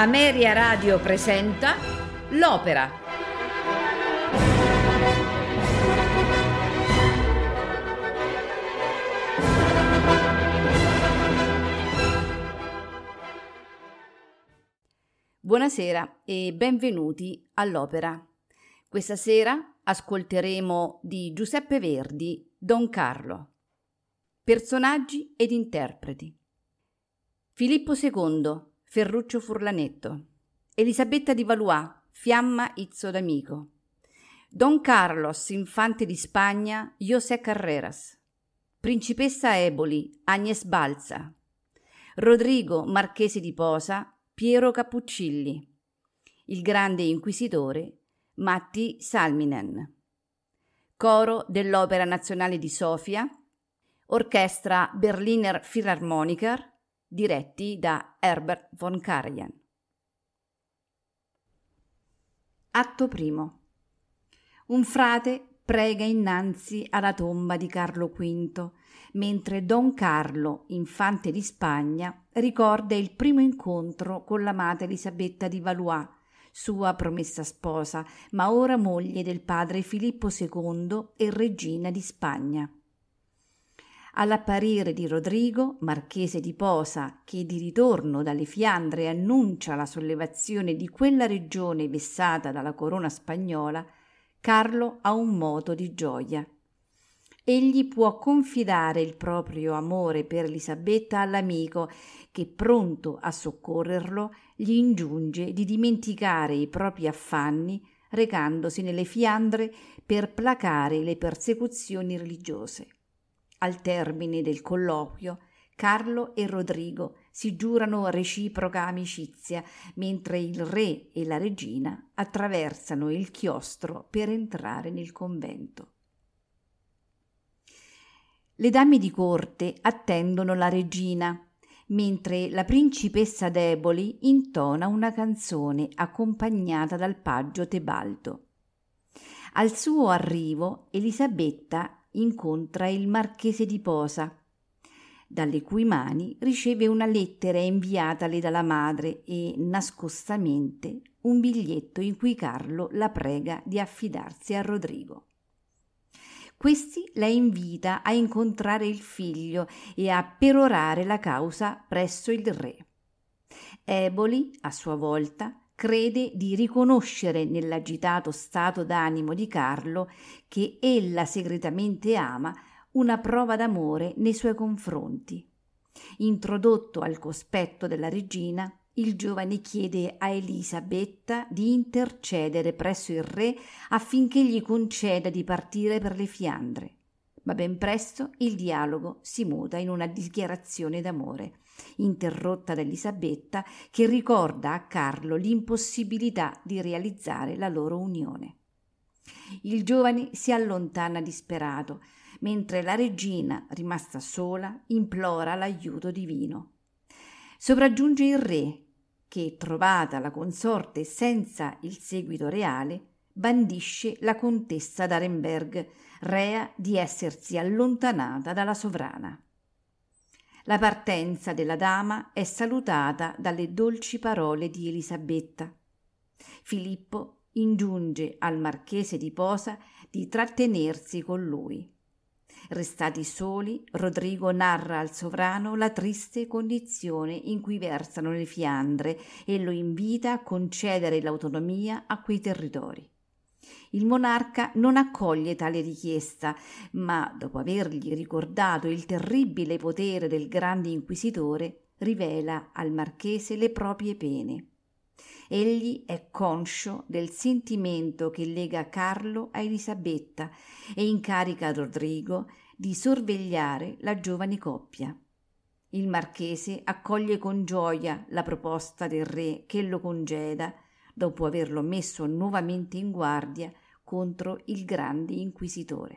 Ameria Radio presenta L'Opera. Buonasera e benvenuti all'Opera. Questa sera ascolteremo di Giuseppe Verdi Don Carlo. Personaggi ed interpreti: Filippo II, Ferruccio Furlanetto; Elisabetta di Valois, Fiamma Izzo d'Amico; Don Carlos, infante di Spagna, José Carreras; Principessa Eboli, Agnes Balza; Rodrigo, marchese di Posa, Piero Cappuccilli; il grande inquisitore, Matti Salminen; coro dell'Opera Nazionale di Sofia, orchestra Berliner Philharmoniker, diretti da Herbert von Karajan. Atto primo. Un frate prega innanzi alla tomba di Carlo V, mentre Don Carlo, infante di Spagna, ricorda il primo incontro con l'amata Elisabetta di Valois, sua promessa sposa, ma ora moglie del padre Filippo II e regina di Spagna. All'apparire di Rodrigo, marchese di Posa, che di ritorno dalle Fiandre annuncia la sollevazione di quella regione vessata dalla corona spagnola, Carlo ha un moto di gioia. Egli può confidare il proprio amore per Elisabetta all'amico che, pronto a soccorrerlo, gli ingiunge di dimenticare i propri affanni recandosi nelle Fiandre per placare le persecuzioni religiose. Al termine del colloquio, Carlo e Rodrigo si giurano reciproca amicizia, mentre il re e la regina attraversano il chiostro per entrare nel convento. Le dame di corte attendono la regina, mentre la principessa d'Eboli intona una canzone accompagnata dal paggio Tebaldo. Al suo arrivo, Elisabetta incontra il marchese di Posa, dalle cui mani riceve una lettera inviatale dalla madre e, nascostamente, un biglietto in cui Carlo la prega di affidarsi a Rodrigo. Questi la invita a incontrare il figlio e a perorare la causa presso il re. Eboli, a sua volta, crede di riconoscere nell'agitato stato d'animo di Carlo, che ella segretamente ama, una prova d'amore nei suoi confronti. Introdotto al cospetto della regina, il giovane chiede a Elisabetta di intercedere presso il re affinché gli conceda di partire per le Fiandre. Ma ben presto il dialogo si muta in una dichiarazione d'amore, interrotta da Elisabetta, che ricorda a Carlo l'impossibilità di realizzare la loro unione. Il giovane si allontana disperato, mentre la regina, rimasta sola, implora l'aiuto divino. Sopraggiunge il re, che, trovata la consorte senza il seguito reale, bandisce la contessa d'Arenberg, rea di essersi allontanata dalla sovrana. La partenza della dama è salutata dalle dolci parole di Elisabetta. Filippo ingiunge al marchese di Posa di trattenersi con lui. Restati soli, Rodrigo narra al sovrano la triste condizione in cui versano le Fiandre e lo invita a concedere l'autonomia a quei territori. Il monarca non accoglie tale richiesta, ma dopo avergli ricordato il terribile potere del grande inquisitore, rivela al marchese le proprie pene. Egli è conscio del sentimento che lega Carlo a Elisabetta e incarica Rodrigo di sorvegliare la giovane coppia. Il marchese accoglie con gioia la proposta del re che lo congeda, dopo averlo messo nuovamente in guardia contro il grande inquisitore.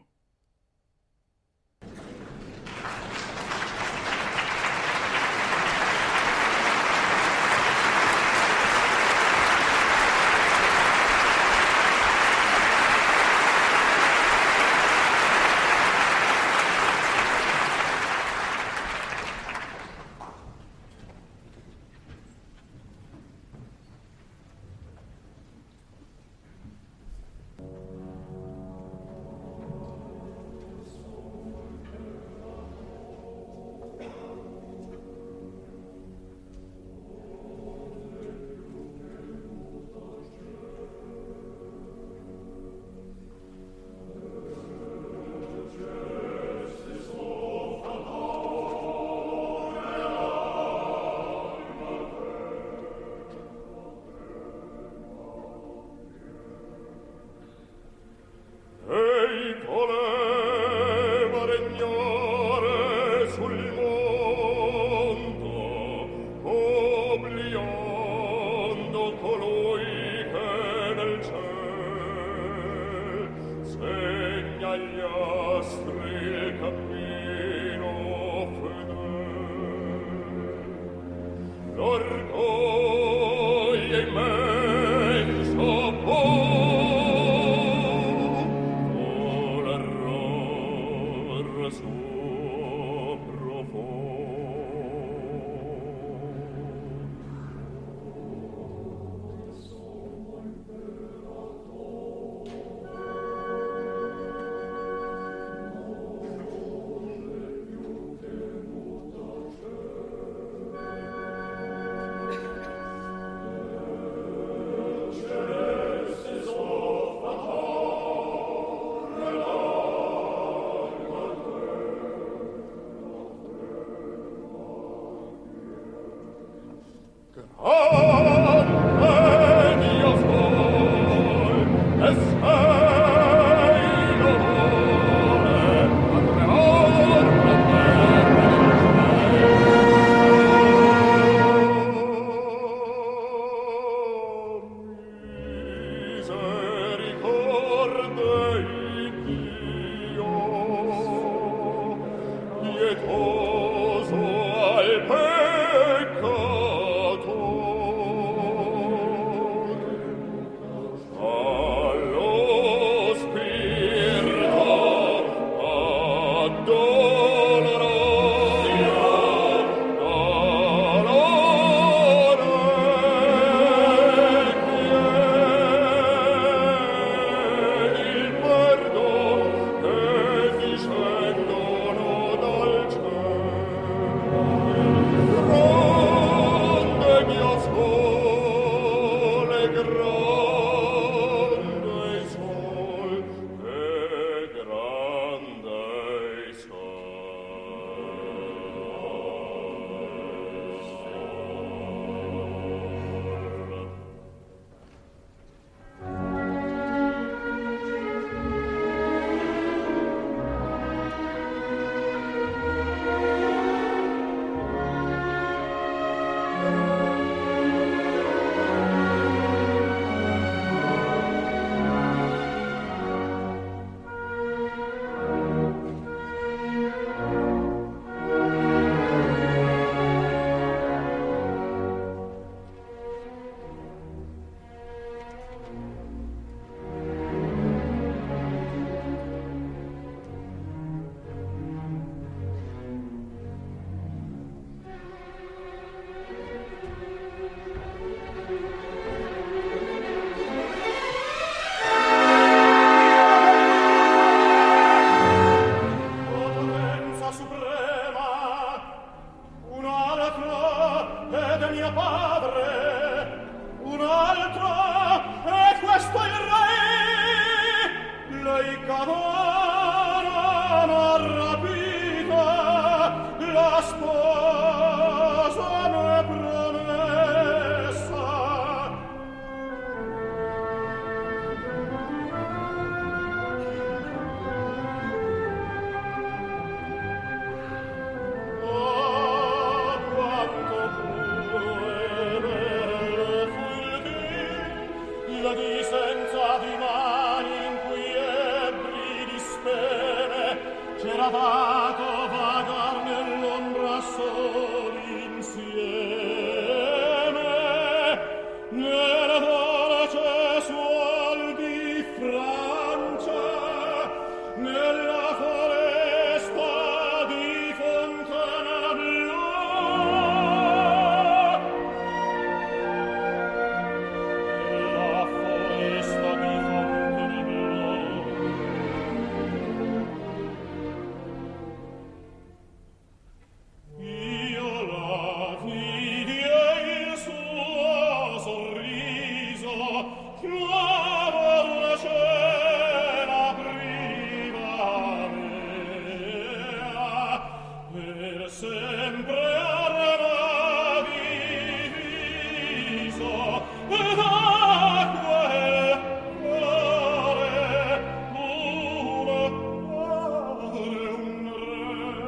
di senza di mani in cui ebbri di speme c'era dato vagar nell'ombra soli insieme nella dolce suol di Francia nella foresta di Fontainebleau nella foresta di Fontainebleau io la vidi e il suo sorriso nuova la scena priva mea per sempre arrena diviso ed acqua e cuore un re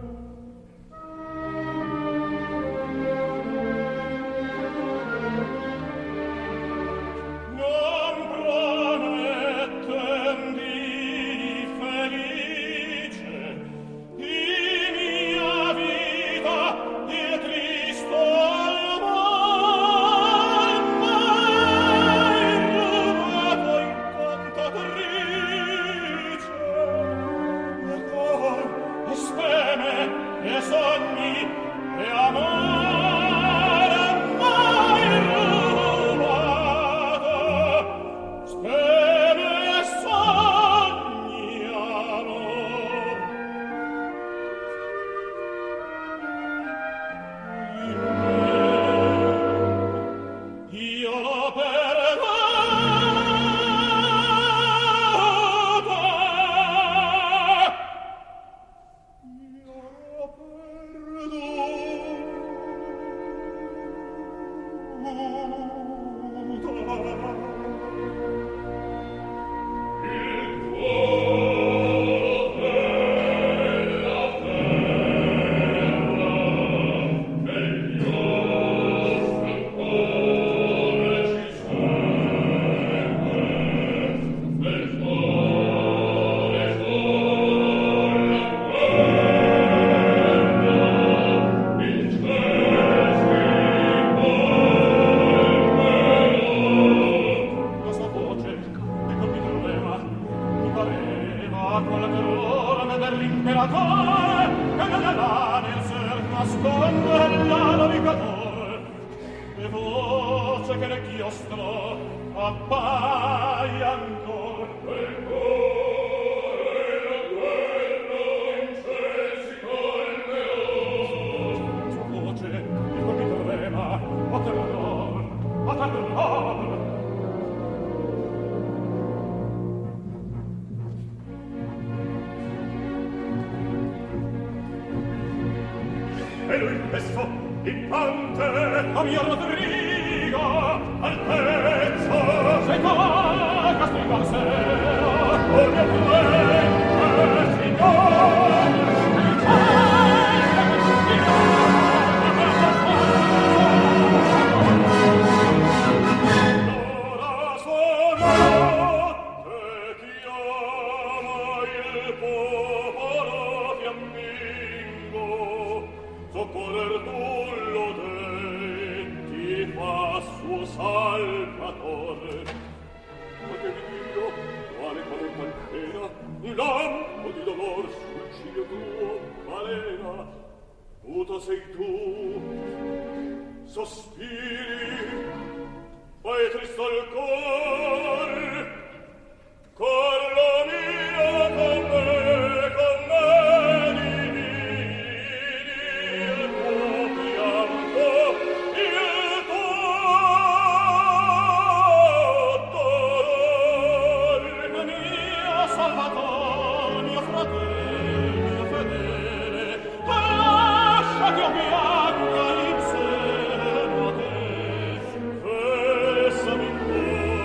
non promettem di felice di mia vita il tristo amor mai rubato incantatrice e cor e speme e sogni e amore mai rubato speme e sogni amor in me io l'ho perduta io l'ho questa voce che mi doleva mi pareva quella terrore dell'imperatore che là nel ser nasconde la navigatore e voce che nel chiostro appaia ancor quel cuore la guerra incessica il meroso questa voce che mi trema a terror e lui stesso infante a mio Rodrigo al pezzo se tocca strigarsela o mio clemente signor l'ora suonate chiama il popolo fiammingo soccorrer tullo detti fa suo salvatore ma che Dio quale pena un lampo di dolor sul ciglio tuo balena muto sei tu sospiri fai tristo il cor con lo mio con me dividi il tuo pianto il tuo dolor mio salvatore mio fratello mio fedele lasciati o pianga in seno te fessami in cuore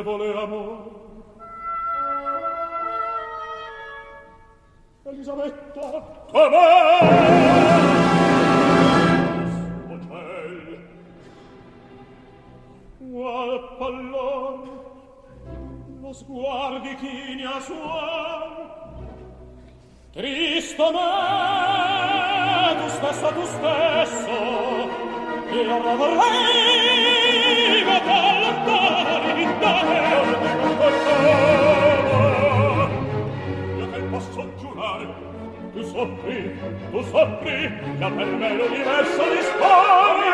debole amor. Elisabetta, com'è? O ciel, qual pallor, lo sguardi chini a suor, tristo me, tu stesso, e ora vorrei lontani da me. Io che posso giurare, tu soffri, che a per me l'universo dispone.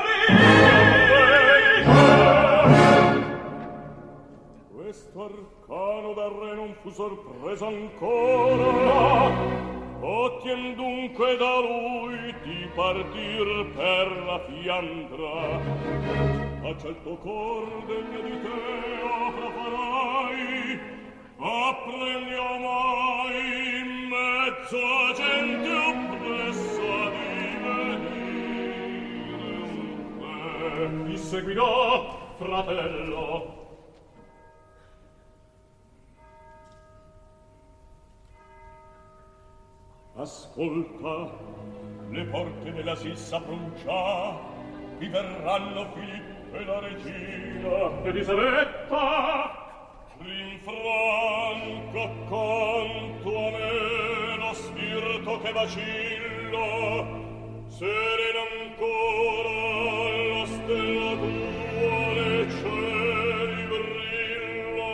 Questo arcano da re non fu sorpresa ancora, ottien dunque da lui di partir per la Fiandra. Faccia il tuo cor degno di te, opra farai, apprendi omai in mezzo a gente oppressa di venire. Mi seguirò, fratello. Ascolta, le porte della Sissa proncia, vi verranno Filippo e la regina Elisabetta. Rinfranco conto a me lo spirito che vacilla, serena ancora la stella tua nei cieli brilla.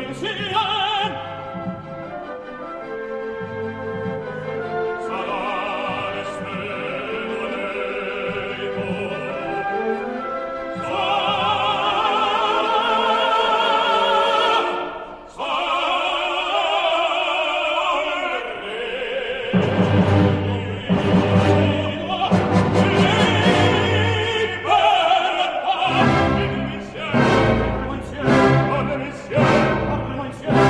Insieme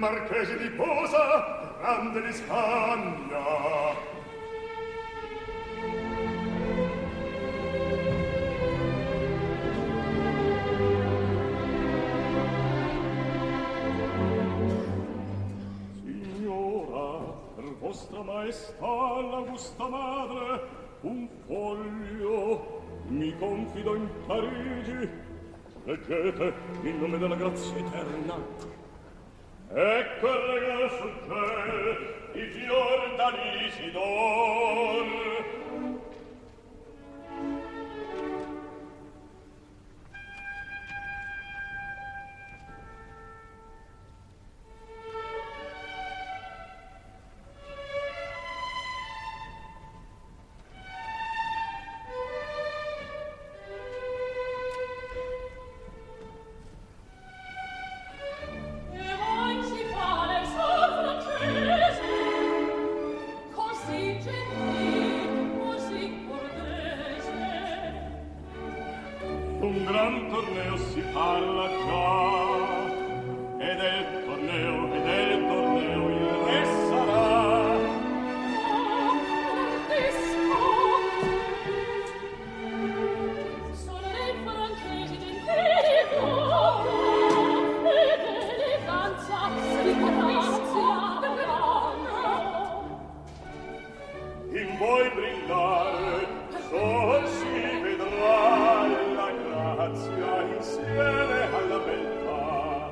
marchese di Posa, grande di Spagna. Signora, per vostra maestà l'augusta madre, un foglio mi confido in Parigi. Leggete in nome della grazia eterna. Ecco il regalo sul gel, i fior d'Alisidor. Un gran torneo si parla già, e del torneo il re sarà. Sono dei francesi gentili d'oro ed eleganza si In voi brillare sol si vedrà la grazia insieme alla beltà.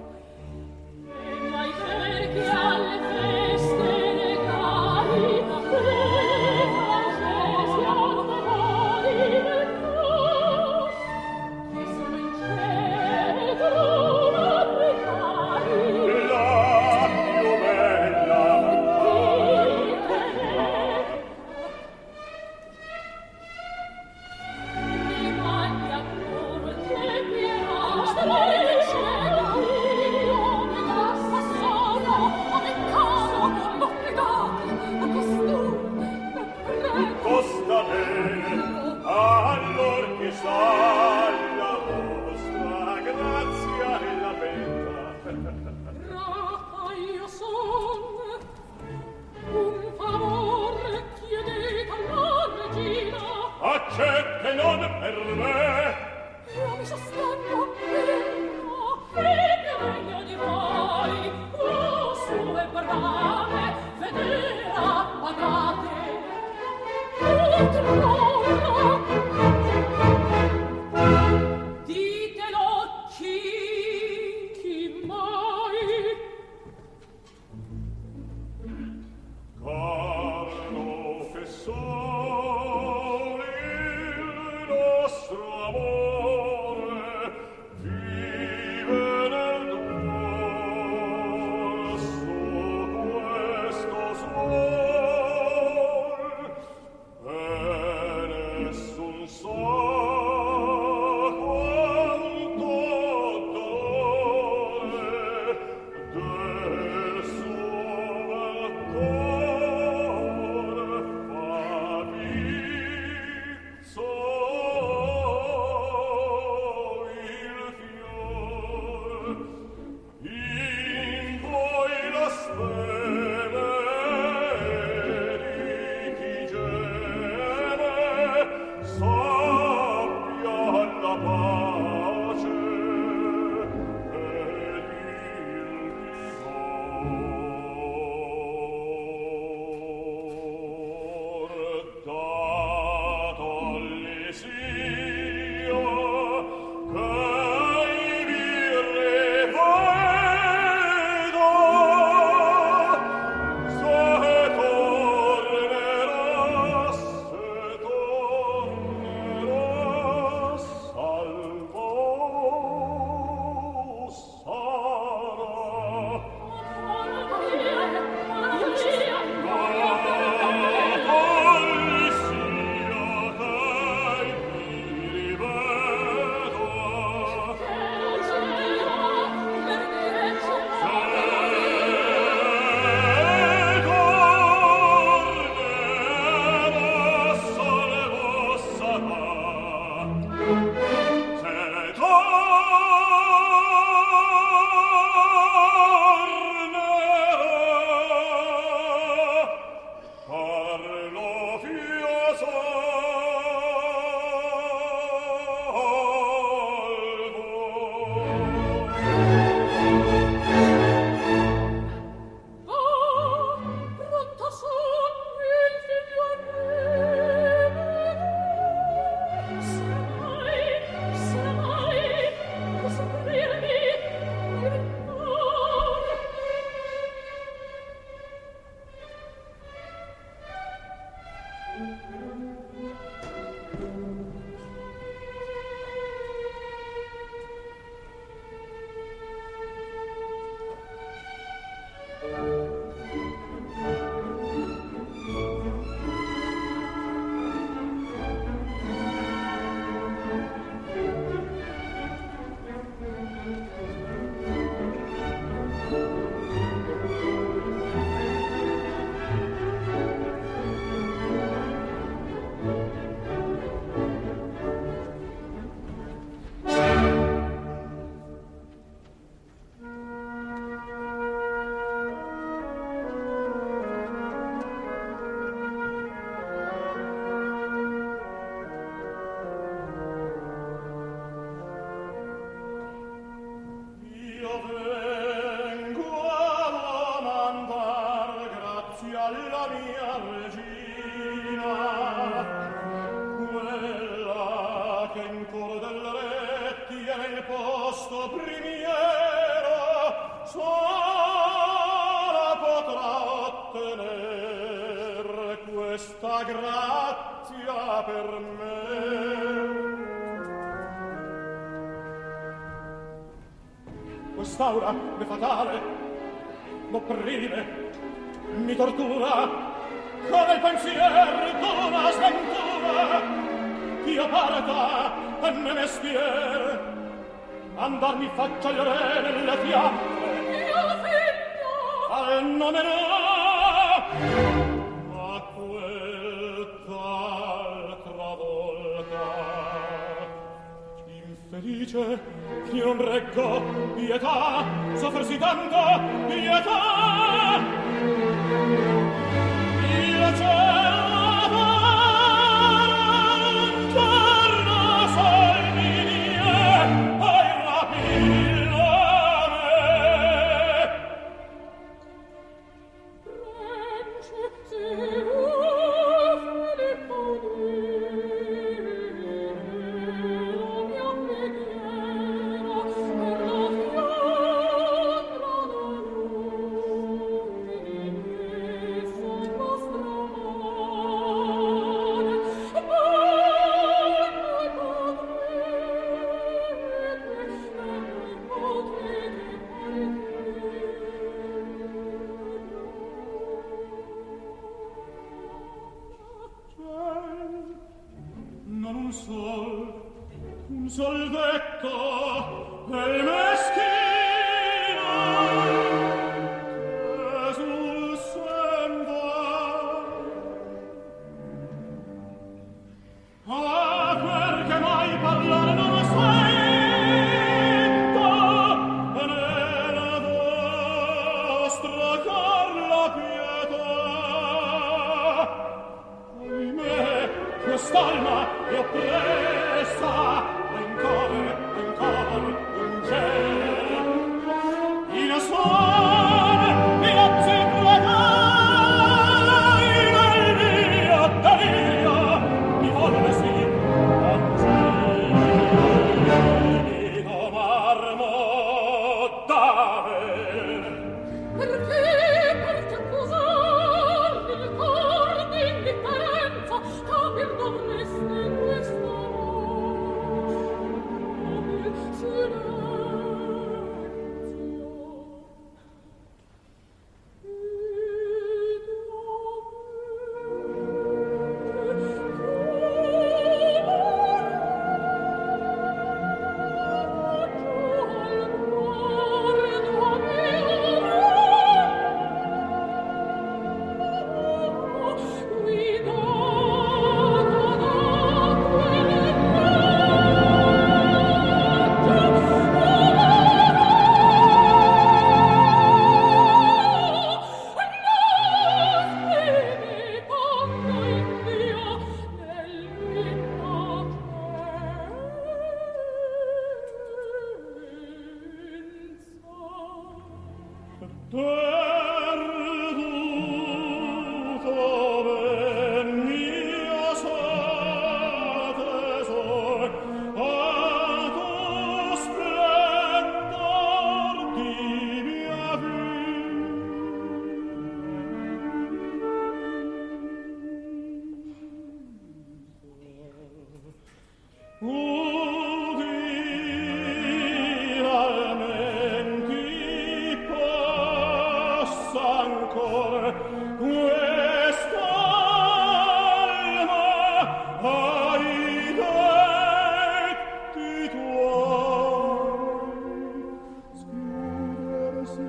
e mai che alle feste legali e francesi auguri del cor che sono in cedro applicati La più bella di maglia corte piena e cielo io mi gassa solo a peccato bocchegato a costume prego costa bene, allor che sa la vostra grazia e la beltà. Rafa io son un favore chiedete alla regina Accette non per me, io mi sostengo prima e più meglio di voi sue brave vedera pagate ditelo chi mai caro che sol il nostro amore vive nel dorso questo suol e nessun sa quanto dolore del suo bel cuore fa vizzo il fior. In voi la speme di chi geme sappia la pace ed il vigor datogli sia che vi rivedo se tornerà salvo sarà. posto primiero sola potrà ottener questa grazia per me. Quest'aura è fatale, m'opprime, mi tortura, come il pensier d'una sventura. Io parta e me mestiere, andar mi faccia il re nelle fiamme. Mio figlio! Al nome no, ma quell'altra volta. Infelice, io non reggo pietà, soffrisi tanto, pietà. Il cielo un giorno sol mi die, poi rapillone. Franci, se vuoi Filippo dire la mia preghiera per la fiandra d'amore sul vostro mare. Non un sol detto del meschino che sul sen va. Ah, perché mai parlare non sento nella vostra cor la pietà. Ahimè, quest'alma è oppressa, ancora, un gelo. In suone, in azzimplacai nel mio delirio, mi volle sì, angelico marmo d'aver. Perché accusar il cor d'indifferenza, capir dovreste questa voce, silenzio. Perduto ben mio sol tesor, a tu splendor di mia vita. Udi almenti possa ancor quest'alma ai detti tuoi schiudersi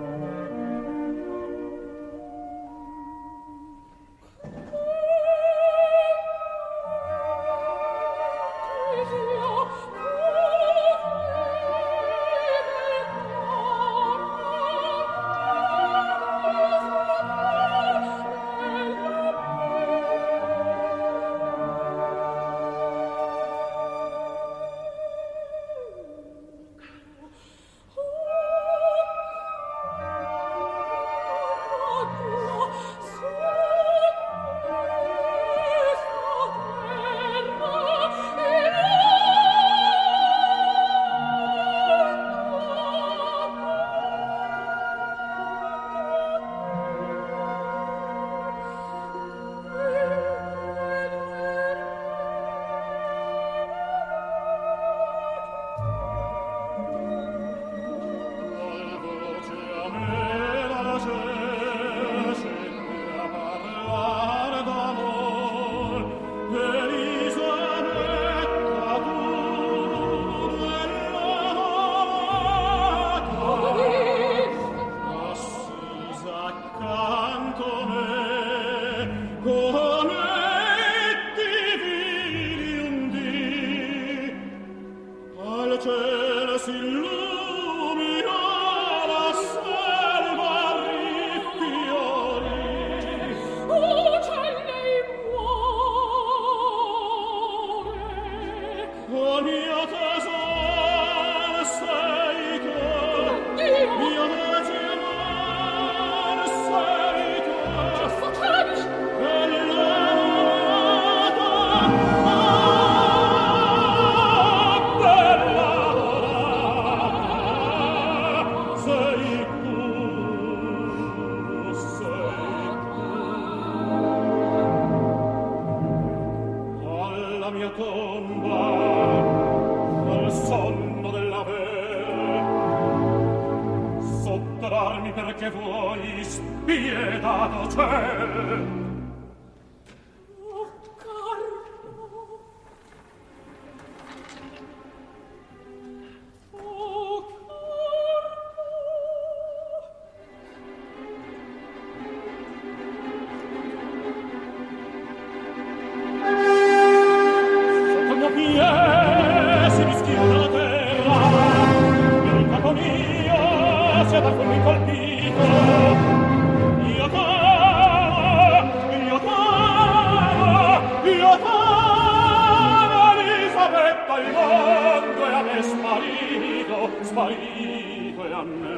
nel cielo. tomba al sonno dell'aver sottrarmi perché vuoi spietato ciel. Oh, Carlo! Oh, Sotto il mio piede si rischiude la terra, il capo mio si è da fulmine colpito. Io t'amo, Elisabetta, il mondo è a me sparito e a me.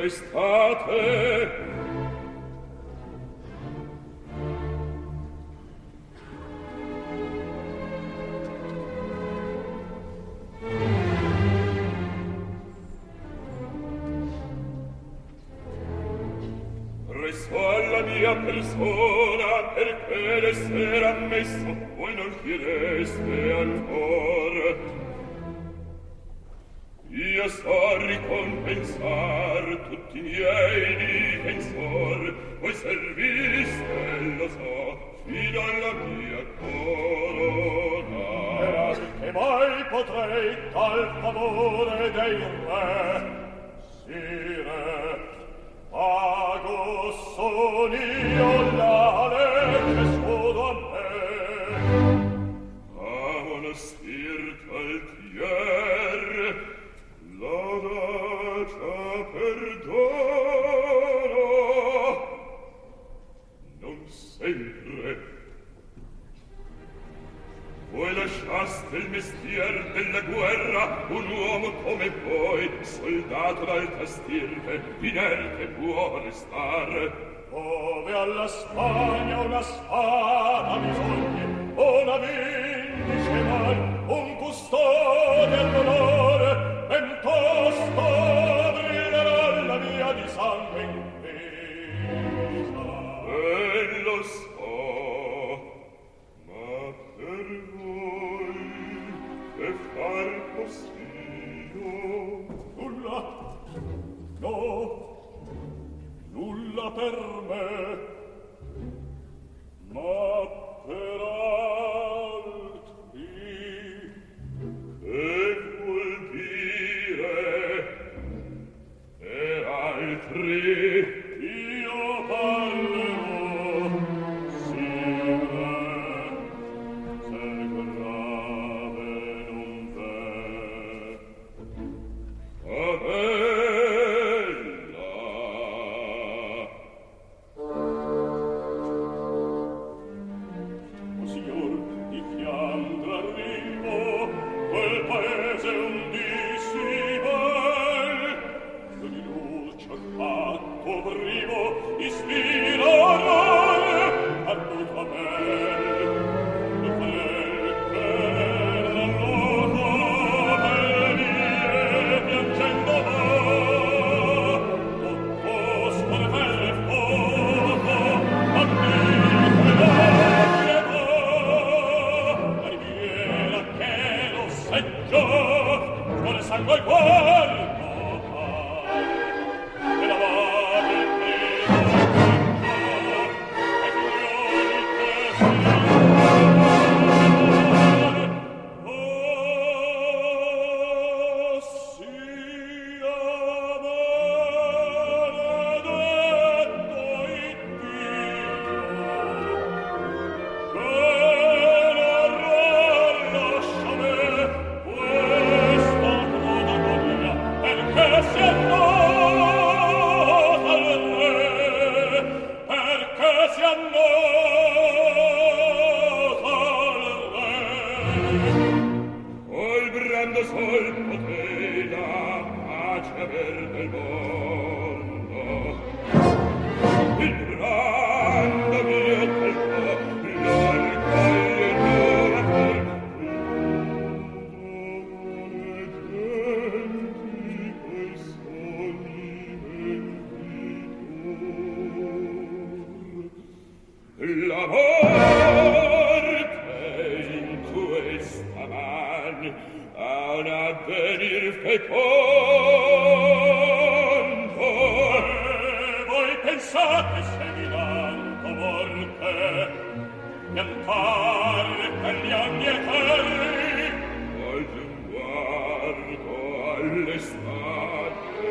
restate. Resto alla mia persona, perché l'essere ammesso voi non chiedeste ancora. Io so ricompensar tutti i miei difensor, voi serviste, lo so, fino alla mia corona. Che mai potrei tal favore dei re, sire, pago son io la legge scudo a me. Amo spirito altier, l'audacia perdono, non sempre. Voi lasciaste il mestier della guerra, un uomo come voi, soldato d'alta stirpe, inerte può restare. Dove alla Spagna una spada bisogna, una vindice mai, un custode all'onore, ben tosto brillerà la via di sangue intesa. E lo so, ma per voi che far possio? Nulla, no, nulla per me, ma per altri. E vuol dire per altri? Io parlerò, sire, se grave non v'è. Bella! O signor di Fiandra arrivo, quel paese un dì si bel, di luce fatto privo, ispira amore, arduto a me. E quel che era l'uomo per vie piangendo va, tutto scorrere fuoco, a me la pietà, la riviera che lo seggio, cuore sangue al guardo, e la vade il primo canto, e figlioli che si sia maledetto Iddio, che l'orror lascia me questa cruda agonia, perché si annota al re, perché si annota al re. Col brando sol potei la pace aver del mondo. Il brando mio calcò, l'orgoglio non a cor. Genti coi sogni venditor. La morte in questa man ha un avvenir fecondo. Voi pensate se vi danno morte, piantar per gli anni eterni, Voglio un guardo all'estate,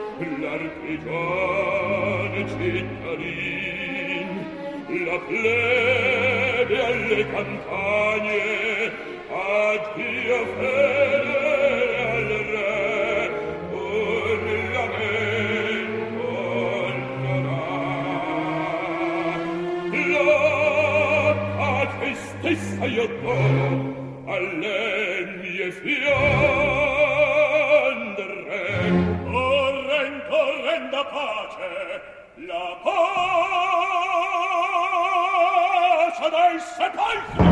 l'artigiano cittadin, la plebe alle campagne, addio fedele al re, un lamento non ha. La pace stessa io do alle mie fiandre. torrente renda pace, la pace dei sepolcri.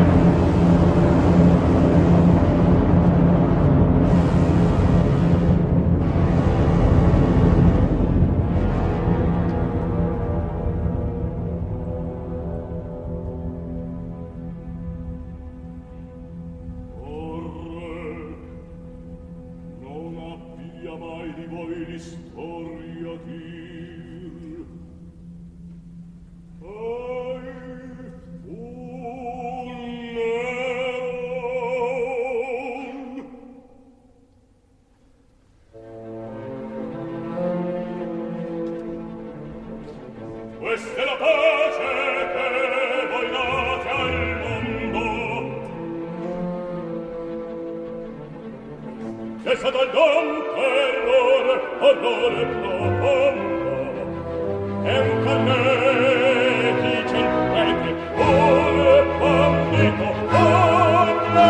Questa è la pace che voi date al mondo. Che sta dal don terrore, orrore profondo. È un carnefice in prete, un bandito, un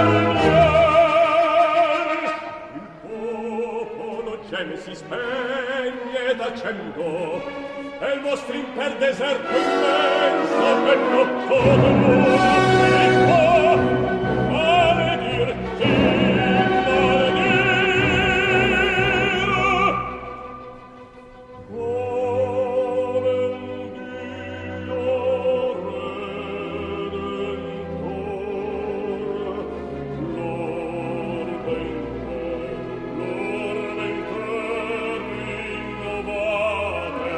guerrier. Il popolo geme si spegne tacendo. E il vostro imper deserto immenso che brutto d'amore e fa maledir, sì, maledir come un Dio redentor l'orbe in ter rinnovate.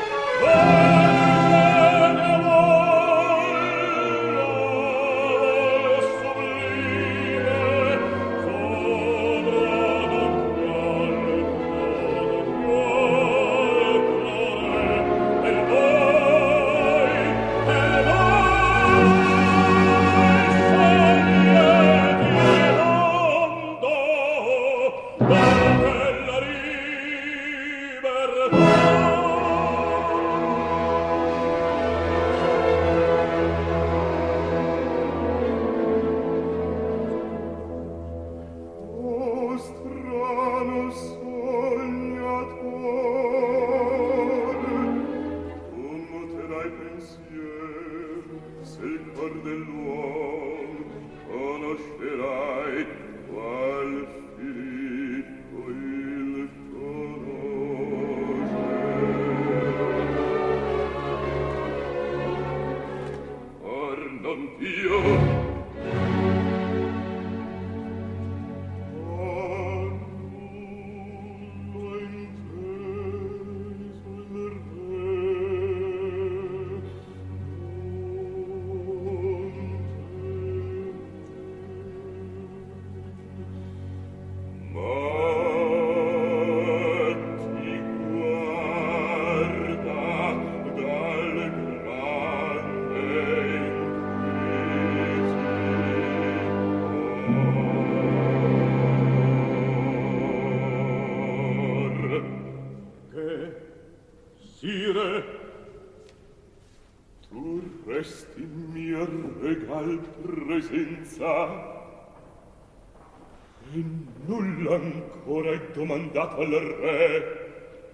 E nulla ancora è domandato al re.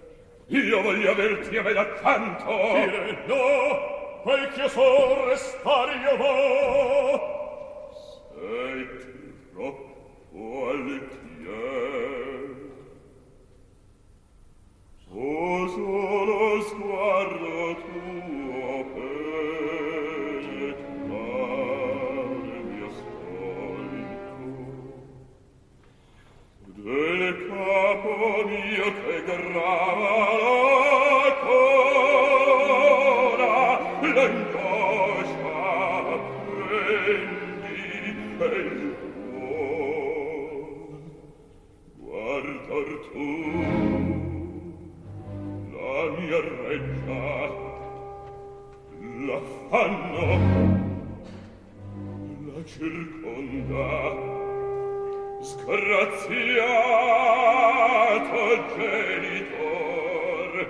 Io voglio averti a me d'accanto. Sire, no, quel che io so restar io vo. Sei troppo altier. So solo sguardo tuo penetrare mio solco. Del capo mio che grava la cora, l'angoscia prendi e il cuor. Guardar tu la mia reggia, l'affanno, la circonda, sgraziato genitor,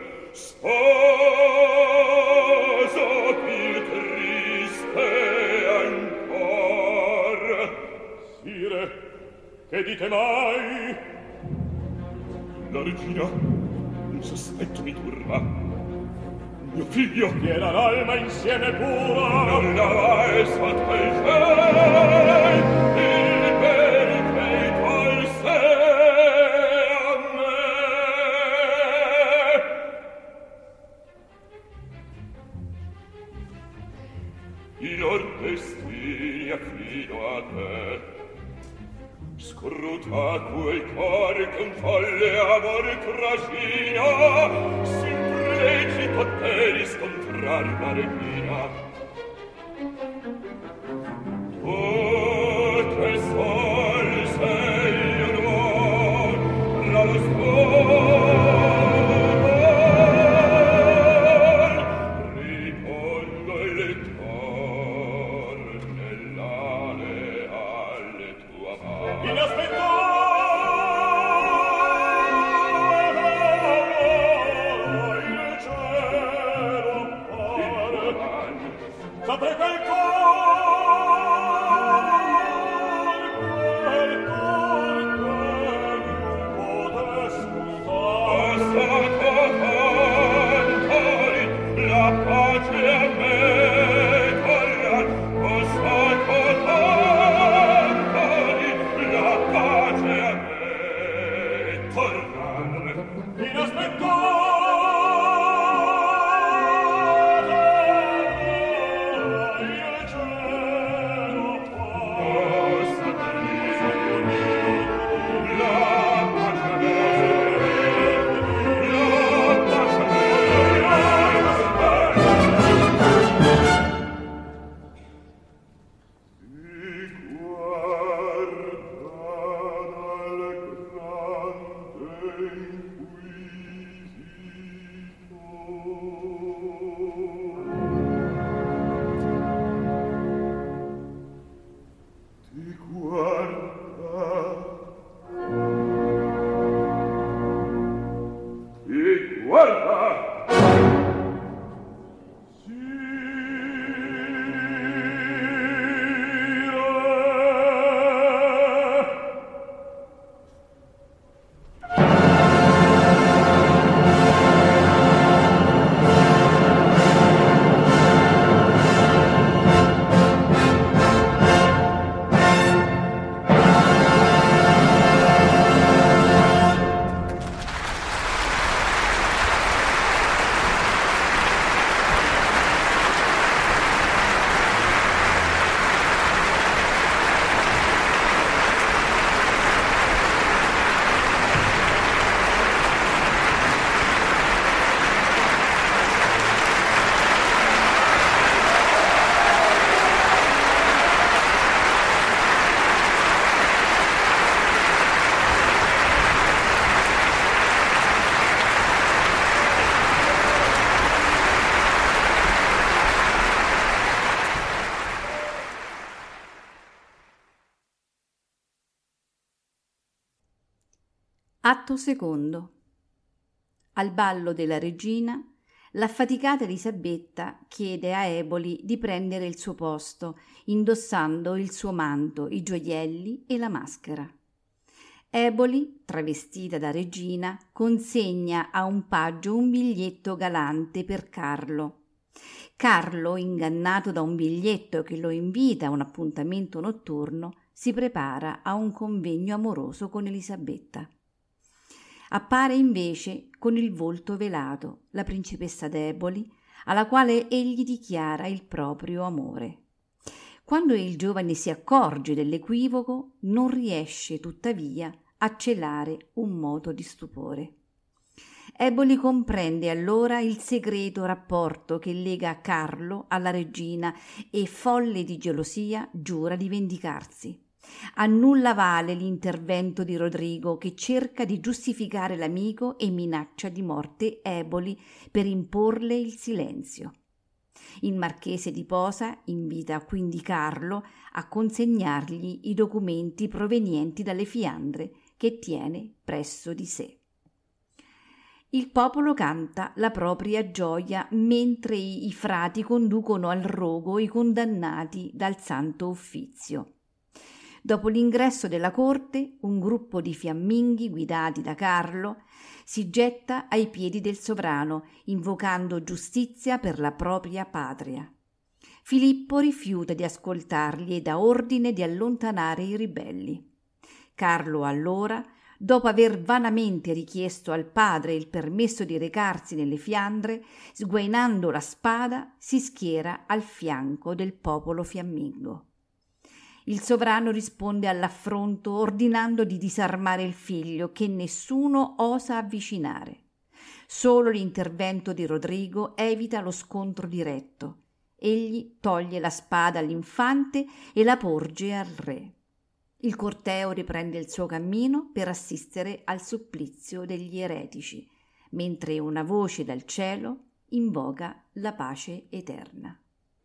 sposo più triste ancor. Sire, che dite mai? La regina un sospetto mi turba. Mio figlio Era l'alma insieme pura. non l'avai sotto il cielo, il bel che tolse a me. I lor destini affido a te. Scruta quel cor che un folle amor trascina, sempre lecito a te riscontrar la regina. Tu che sol sei un uomo, la lo ripongo il cor nella leale tua mano. Inaspettato il cielo appare. Sapre quel Atto secondo. Al ballo della regina, l'affaticata Elisabetta chiede a Eboli di prendere il suo posto, indossando il suo manto, i gioielli e la maschera. Eboli, travestita da regina, consegna a un paggio un biglietto galante per Carlo. Carlo, ingannato da un biglietto che lo invita a un appuntamento notturno, si prepara a un convegno amoroso con Elisabetta. Appare invece con il volto velato la principessa d'Eboli, alla quale egli dichiara il proprio amore. Quando il giovane si accorge dell'equivoco, non riesce tuttavia a celare un moto di stupore. Eboli comprende allora il segreto rapporto che lega Carlo alla regina e, folle di gelosia, giura di vendicarsi. A nulla vale l'intervento di Rodrigo, che cerca di giustificare l'amico e minaccia di morte Eboli per imporle il silenzio. Il marchese di Posa invita quindi Carlo a consegnargli i documenti provenienti dalle Fiandre che tiene presso di sé. Il popolo canta la propria gioia mentre i frati conducono al rogo i condannati dal Santo Uffizio. Dopo l'ingresso della corte, un gruppo di fiamminghi guidati da Carlo si getta ai piedi del sovrano, invocando giustizia per la propria patria. Filippo rifiuta di ascoltarli e dà ordine di allontanare i ribelli. Carlo allora, dopo aver vanamente richiesto al padre il permesso di recarsi nelle Fiandre, sguainando la spada, si schiera al fianco del popolo fiammingo. Il sovrano risponde all'affronto ordinando di disarmare il figlio, che nessuno osa avvicinare. Solo l'intervento di Rodrigo evita lo scontro diretto. Egli toglie la spada all'infante e la porge al re. Il corteo riprende il suo cammino per assistere al supplizio degli eretici, mentre una voce dal cielo invoca la pace eterna.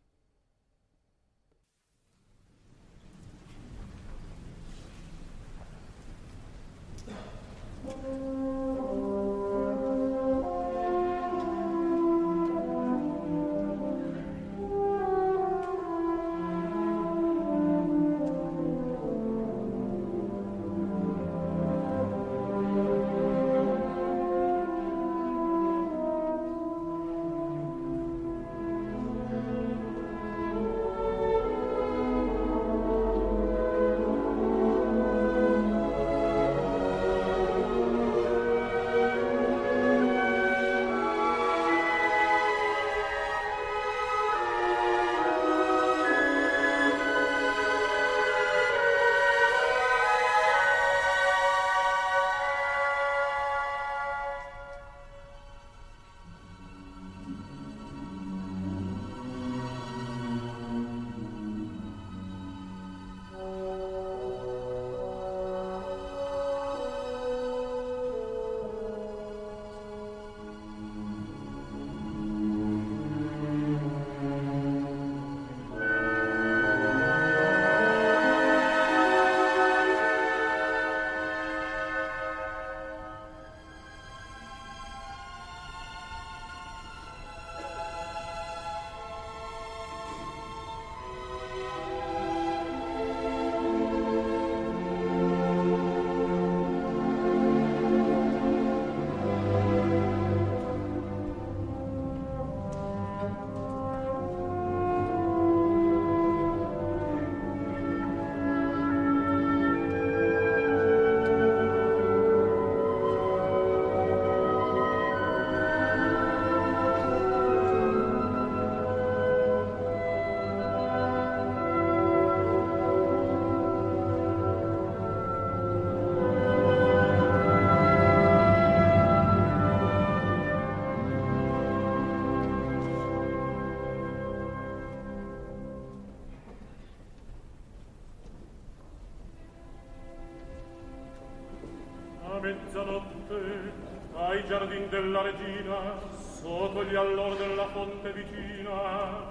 Mezzanotte ai giardin della regina, sotto gli allor della fonte vicina.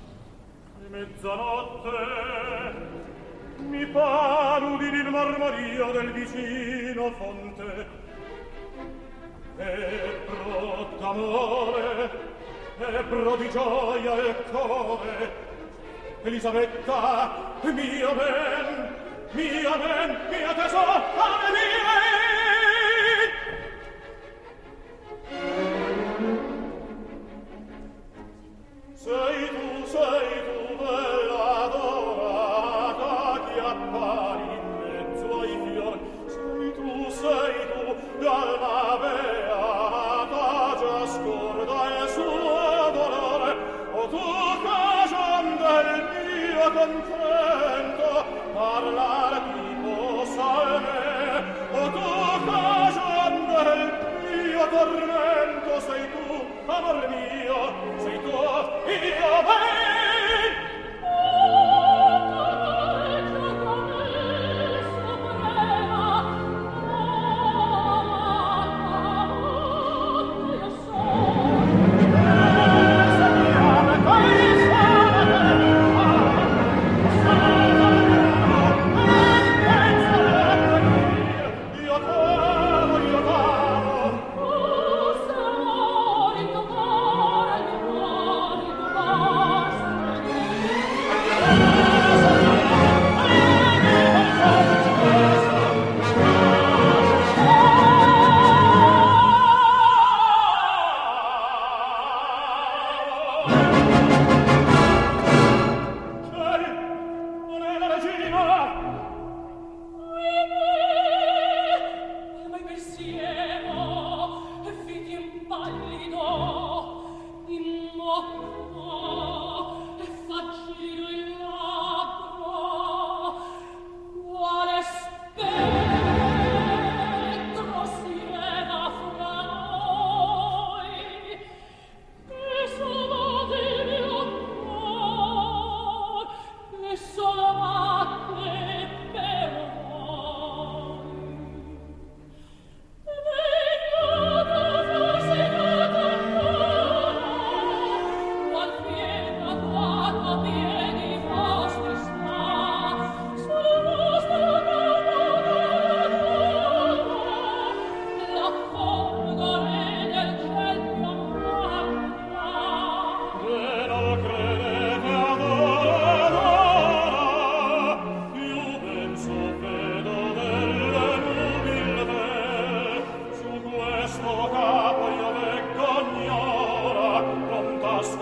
E mezzanotte mi par udire il mormorio del vicino fonte. E pro d'amore, e pro di gioia il core, Elisabetta, mio ben, mio tesoro, sei tu, bella dorata, che appari in mezzo ai fiori. Sei tu, l'alma beata, già scorda il suo dolore. O tu, cagion del mio contento, parlar ti possa a me. O tu, cagion del mio tormento, sei tu, amor mio, sei tu, io ben.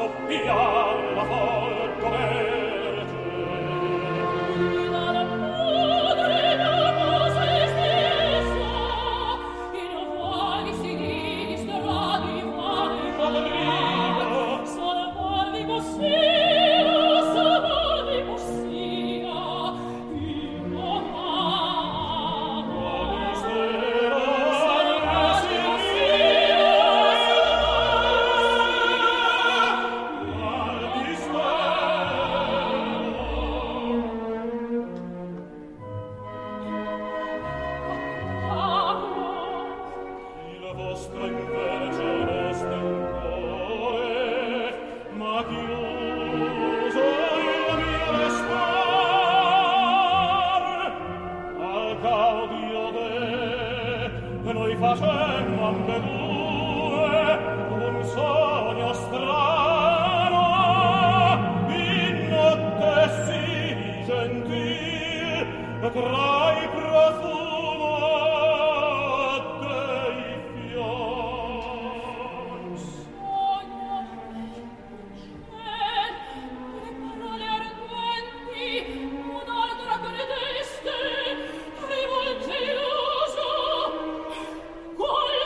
scoppiar la folgo verge. La madre non sei stessa, in vuoi si distrarrà di fare Padrino, salvarvi possiamo, salvarvi possiamo, io amo. mistero, Salvarvi al mistero. La vostra invece resta un cuore, ma chiuso il mio restar. Al gaudio de noi facemmo ambedue un sogno strano, in notte sì gentil, tra i profumo dei fior. Sogno, le parole ardenti, un'altra credeste, rivolge illuso, qual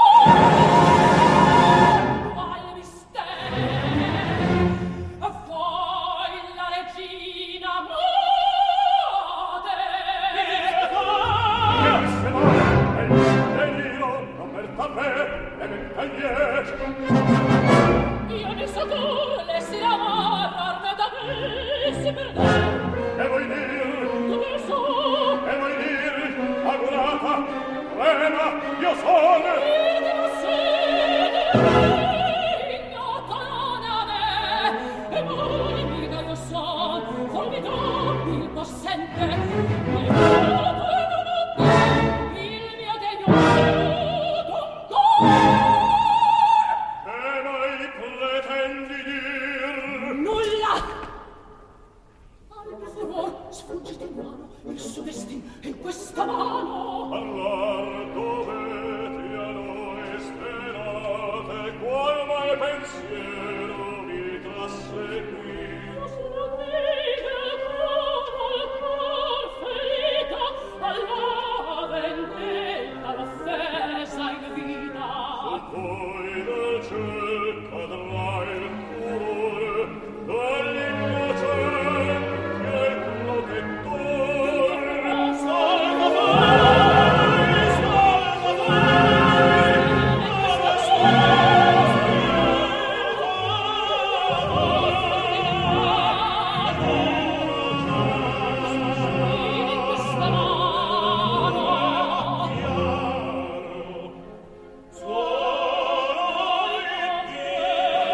valore, qual mistero, voi la regina madre. Se va, il deliro non merita a me, e merita agli Io ne so tu, le si ramarra da me, si perde. E vuoi dir, Tu che so, e vuoi dir, augurata, trema, io sono. io che non sei, ignoto non a me, e voi mica io son, formidabile possente, ma io non il mio degno E mai pretendi dir, nulla. Al furor sfugge di mano il suo destin e in questa mano. parlar dovete a noi sperate, qual mai pensiero vi trasse qui. Io sono vive al cor ferita, alla vendetta l'offesa in vita. Poi dal ciel cadrà il furore, dall'innocente il protettore. Salva voi, salva In questa mano Sono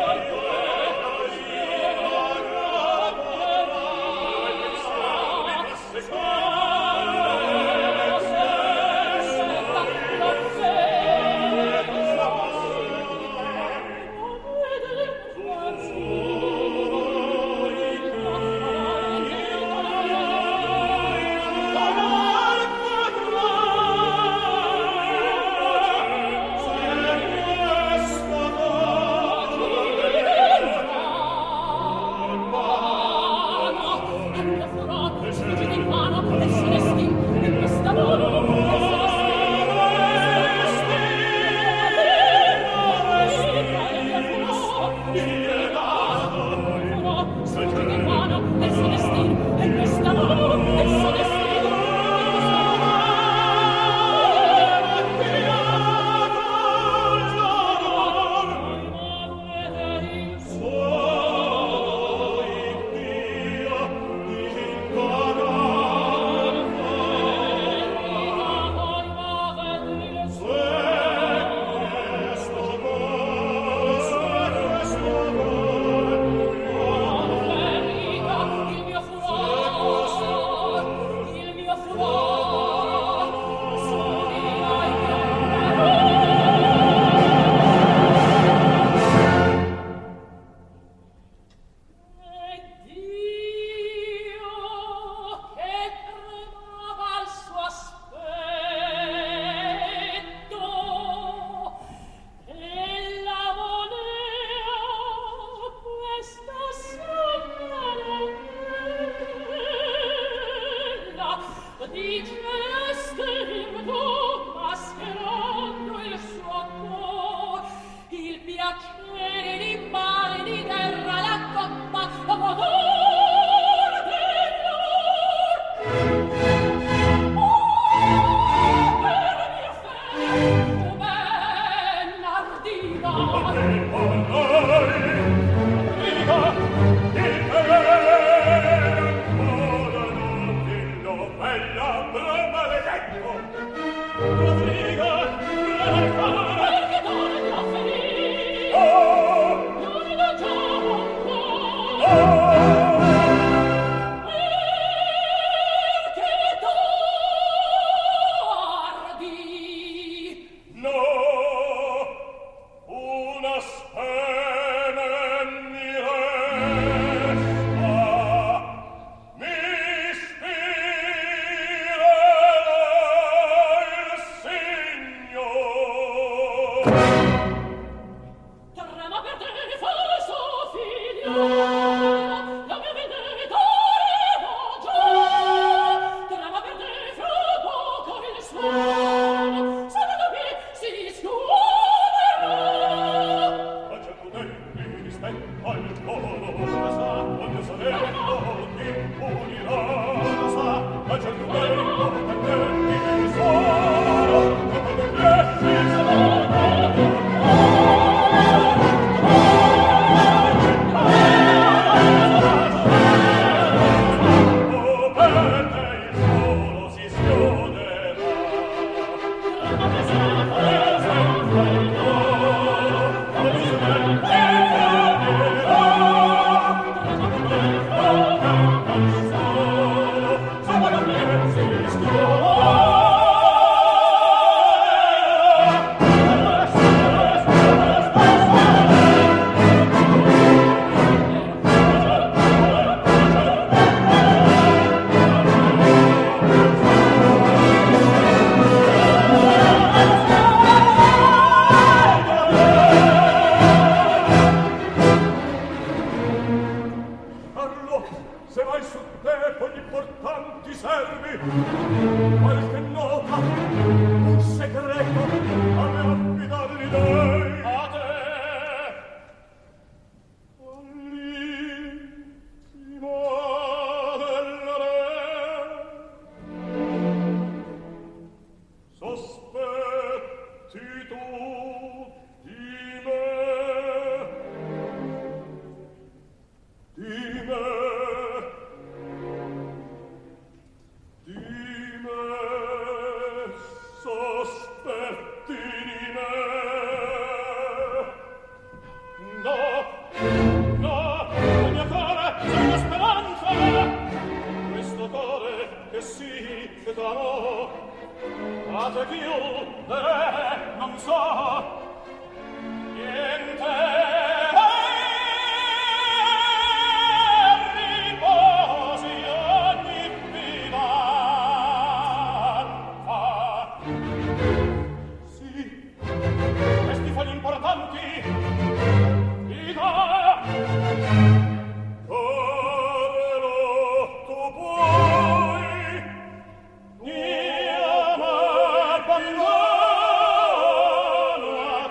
Abbandono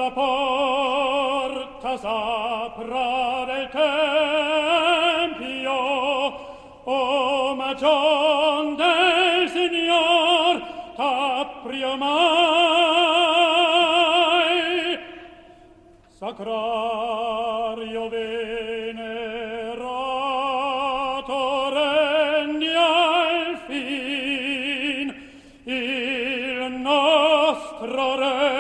la porta s'apra del tempio, o magion del Signor t'apprio mai, sacrario venerato regni al fin il nostro re.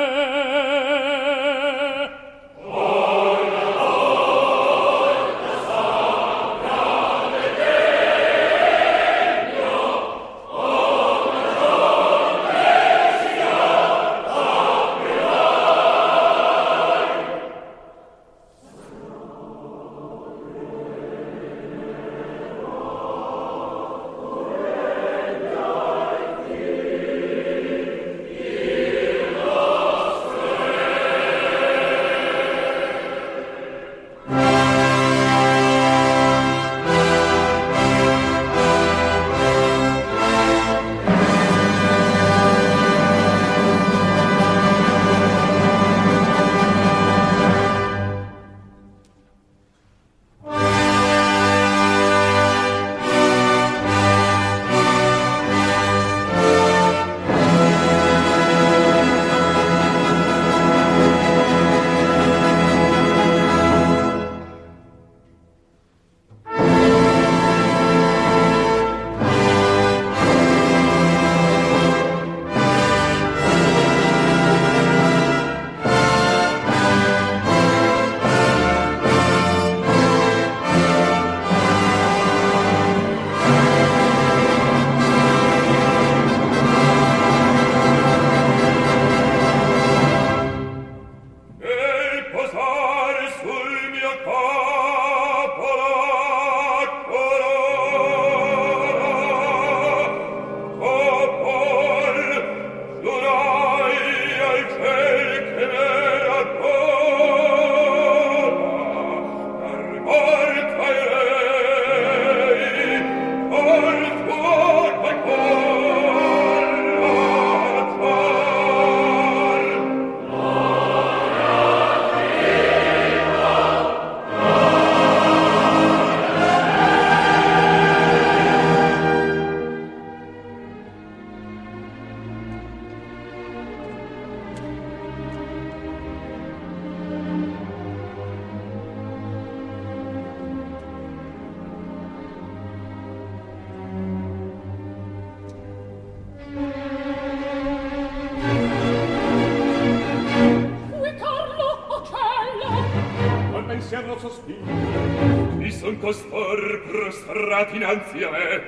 pensiero sospiro, chi son costor prostrati innanzi a me?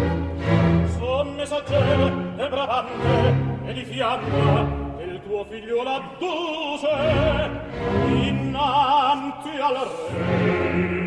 Son messaggere e bravante e di fiamma del tuo figlio l'adduce innanzi al re.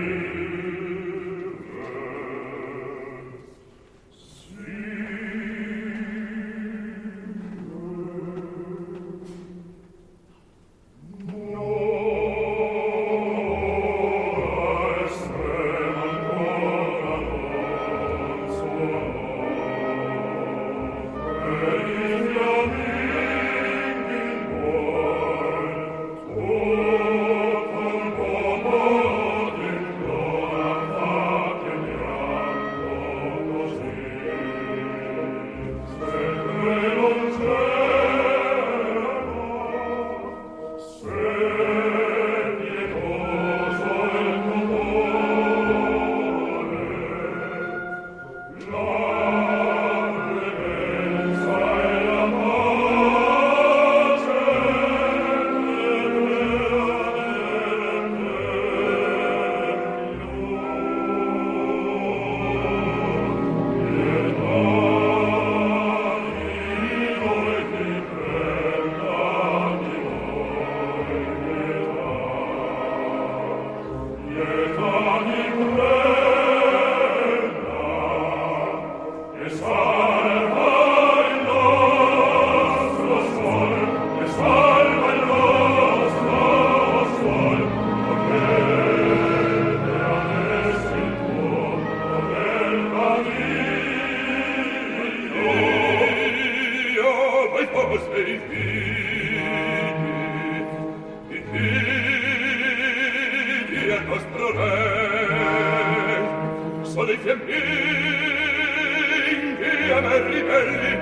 fiamminghi a me ribelli,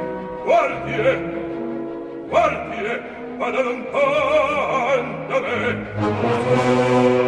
guardie, vada lontan da me.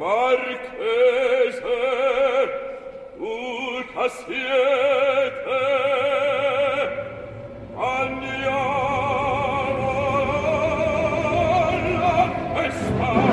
Marchese, tutta siete, andiamo alla festa.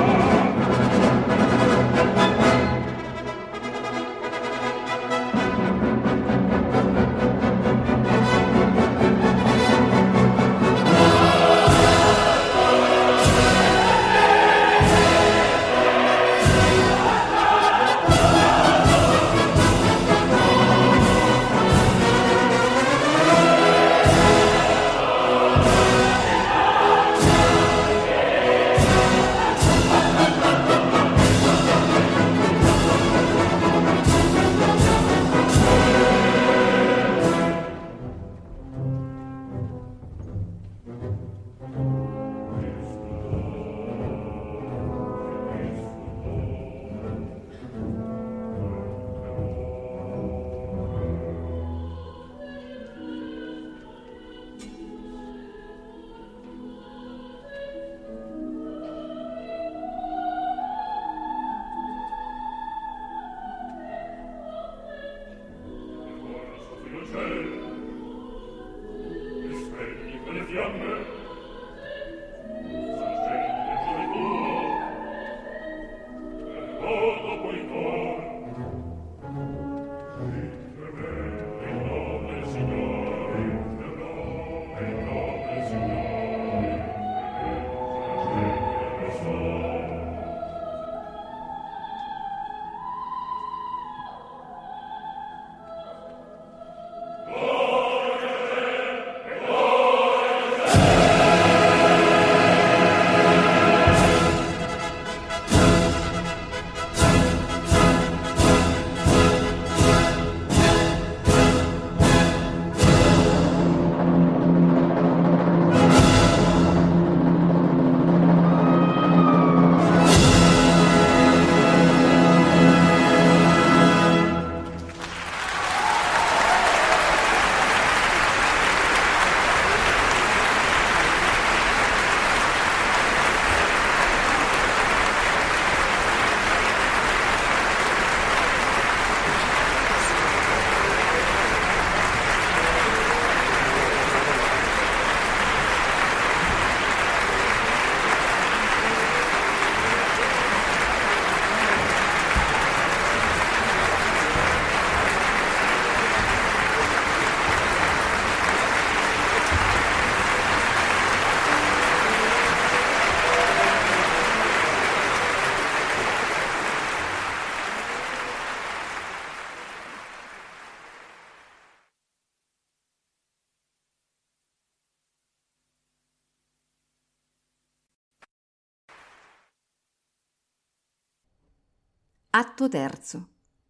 Atto terzo.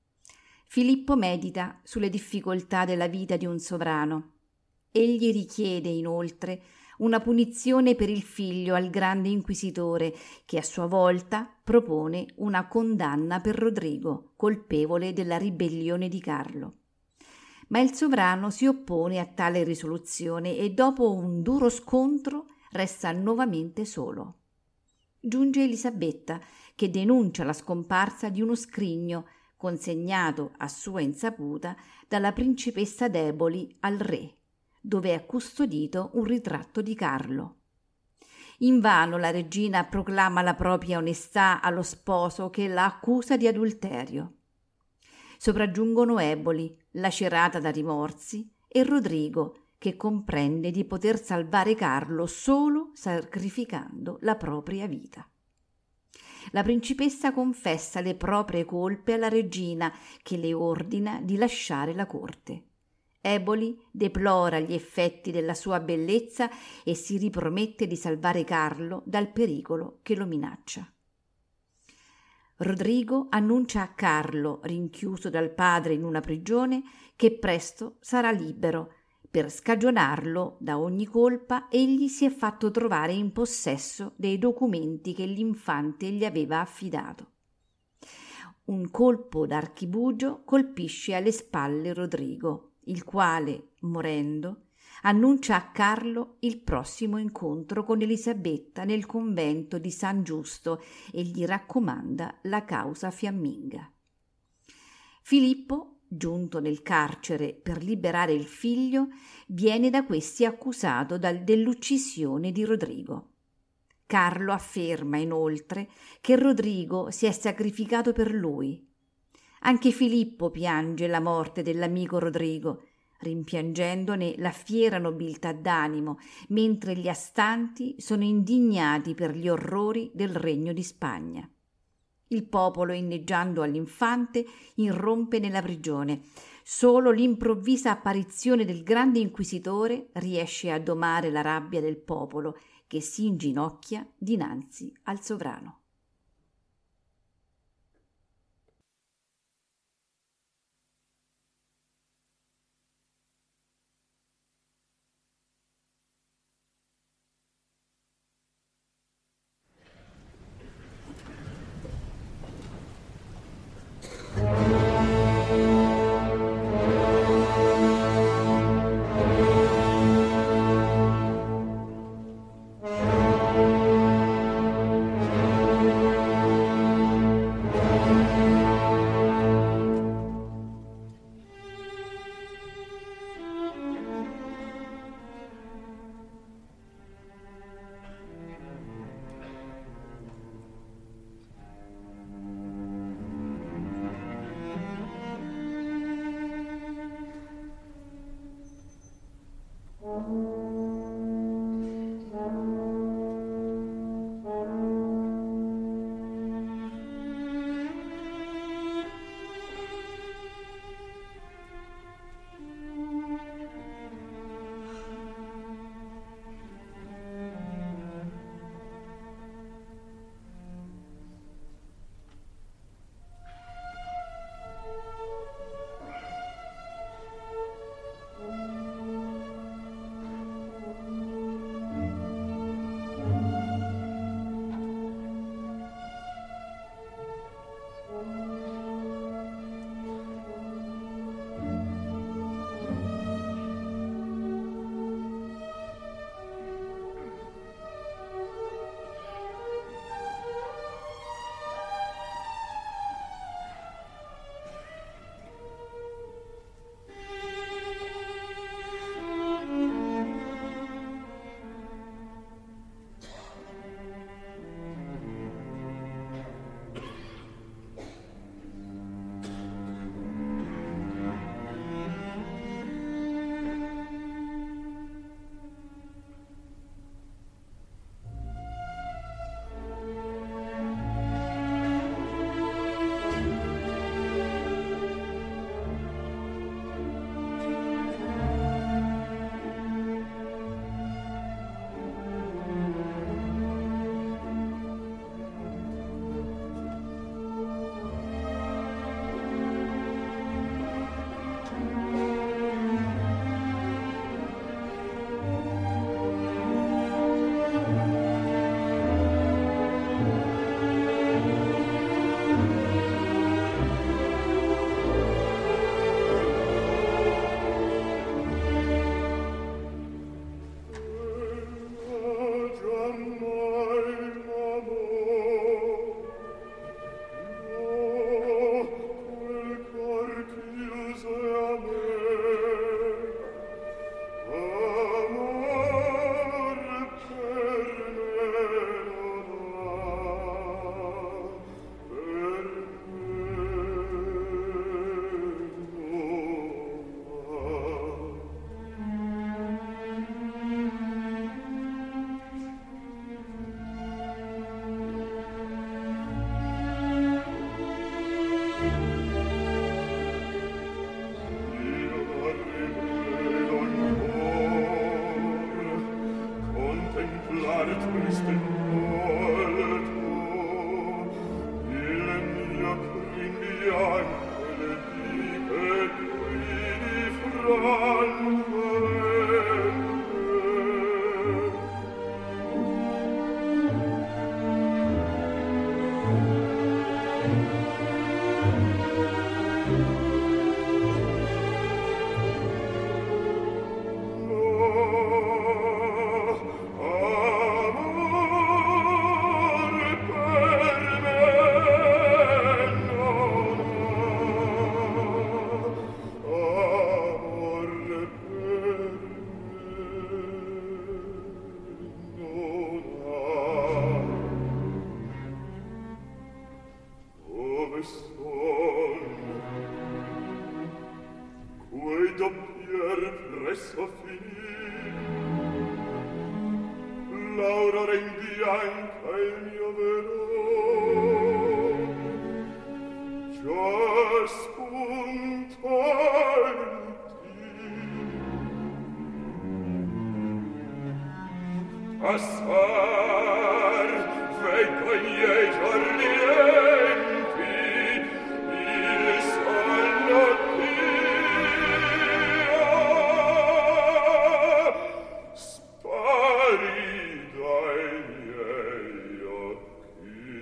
Filippo medita sulle difficoltà della vita di un sovrano. Egli richiede inoltre una punizione per il figlio al grande inquisitore, che a sua volta propone una condanna per Rodrigo, colpevole della ribellione di Carlo. Ma il sovrano si oppone a tale risoluzione e dopo un duro scontro resta nuovamente solo. Giunge Elisabetta, che denuncia la scomparsa di uno scrigno consegnato a sua insaputa dalla principessa d'Eboli al re, dove è custodito un ritratto di Carlo. Invano la regina proclama la propria onestà allo sposo che la accusa di adulterio. Sopraggiungono Eboli, lacerata da rimorsi, e Rodrigo, che comprende di poter salvare Carlo solo sacrificando la propria vita. La principessa confessa le proprie colpe alla regina, che le ordina di lasciare la corte. Eboli deplora gli effetti della sua bellezza e si ripromette di salvare Carlo dal pericolo che lo minaccia. Rodrigo annuncia a Carlo, rinchiuso dal padre in una prigione, che presto sarà libero. Per scagionarlo da ogni colpa, egli si è fatto trovare in possesso dei documenti che l'infante gli aveva affidato. Un colpo d'archibugio colpisce alle spalle Rodrigo, il quale, morendo, annuncia a Carlo il prossimo incontro con Elisabetta nel convento di San Giusto e gli raccomanda la causa fiamminga. Filippo, giunto nel carcere per liberare il figlio, viene da questi accusato dell'uccisione di Rodrigo. Carlo afferma inoltre che Rodrigo si è sacrificato per lui. Anche Filippo piange la morte dell'amico Rodrigo, rimpiangendone la fiera nobiltà d'animo, mentre gli astanti sono indignati per gli orrori del regno di Spagna. Il popolo, inneggiando all'infante, irrompe nella prigione. Solo l'improvvisa apparizione del grande inquisitore riesce a domare la rabbia del popolo, che si inginocchia dinanzi al sovrano. presso finì. L'aurora imbianca il mio velo, già spuntanti. Passar veggo i miei giorni lenti, il sonno dia, spari dai miei occhi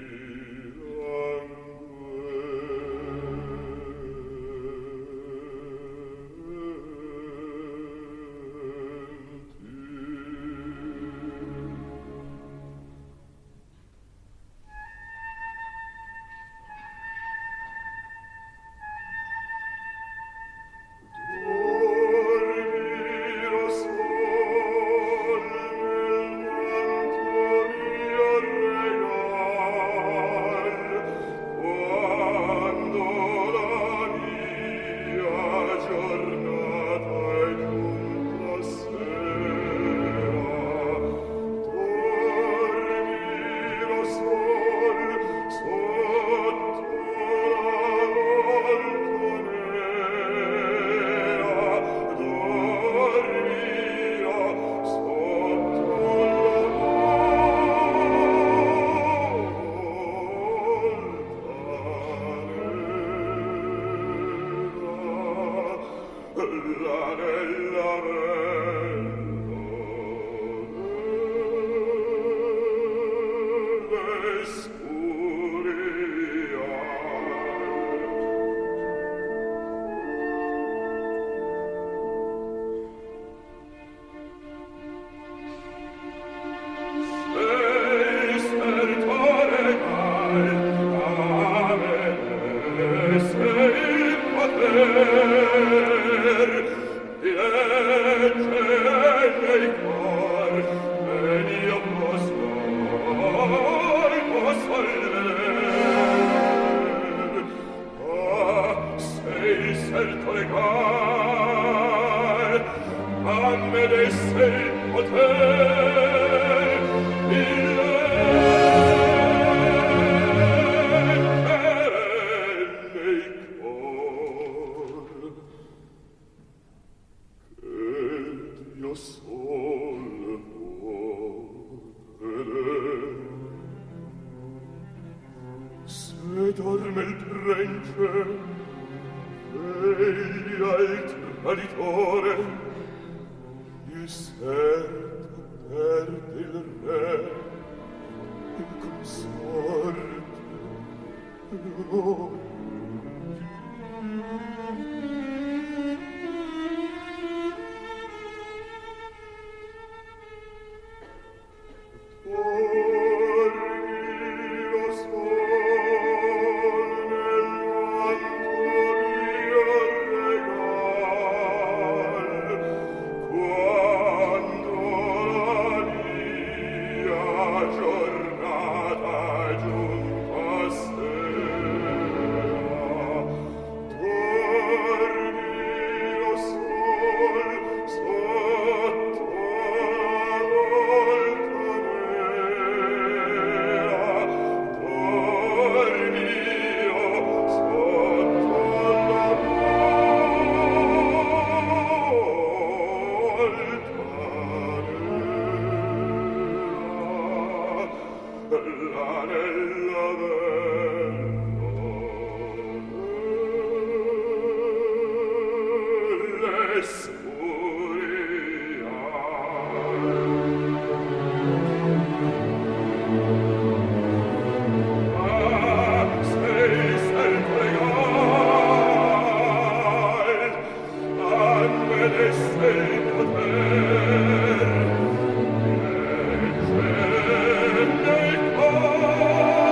poter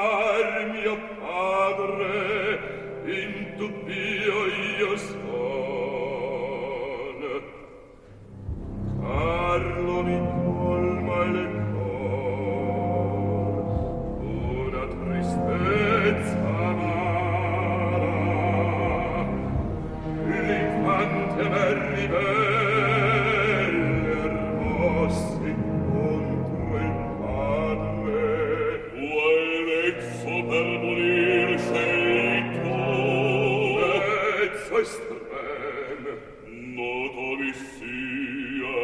salvar mio padre, in dubbio io son. Carlo mi colma il cor, una tristezza amara, l'infante a me ribeller mossi contro il padre. Qual vezzo per morir sei tu? Vezzo estreme, noto mi sia.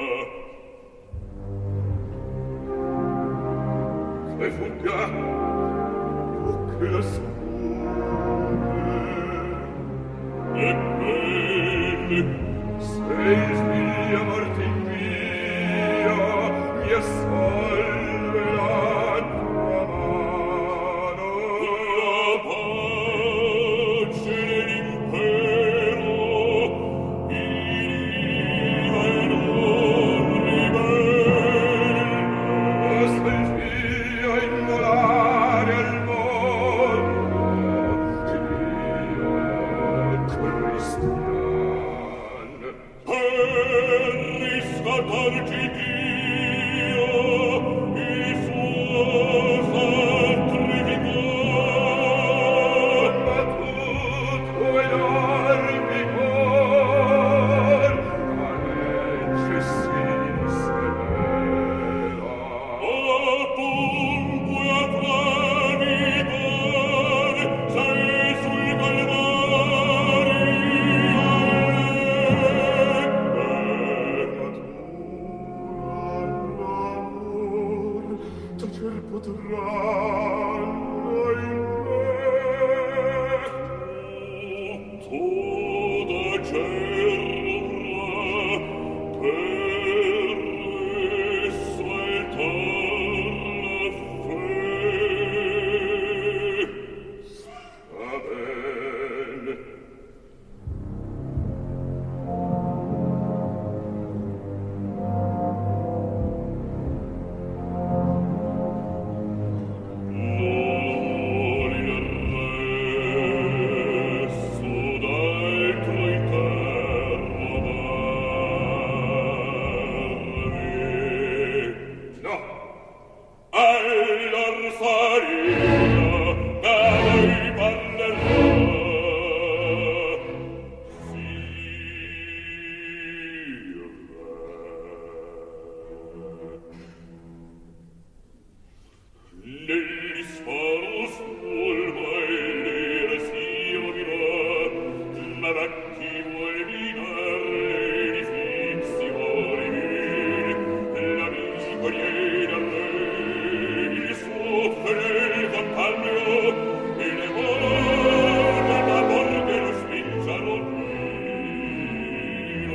Che fugga, tu che la scude. Ebbene, sei il figlio morto in via, mi assolve la tua mano. La pace nell'impero, viva e non ribelle. Basta il figlio a immolare al mondo, Dio cristian. Per riscattarci Dio, il suo sacrificò. Ma tutto è l'armi cor, la legge si severa. Appunque a traditor, sei sul Calvario l'amor, tacer potranno in me. Tutto tacer per esaltar la fe. Sta bene. Negli sparos fulma e l'era si rovinò, ma da chi vuol minare di fin si vuol rivire, l'amico viene a me, il suo fedel compagno, e le morde da borghe lo spinge a rovina.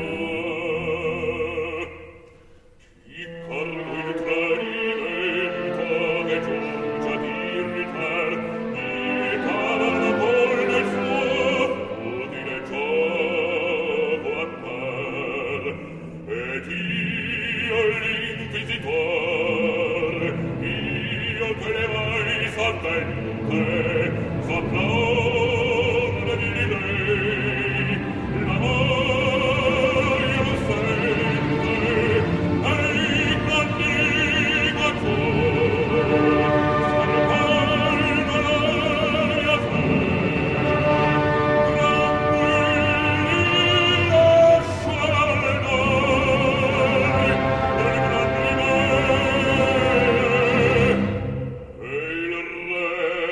Chi cargo il tradimento che giunge ad irritar, il cavallo col del suo utile gioco appar. Ed io l'inquisitor, io che le vai sattente, soprano di lei, l'amor io lo sente, e il grande ligatore, sorpalma l'aria fe. Tranquilli lascia l'allenare, del grande me, e il re.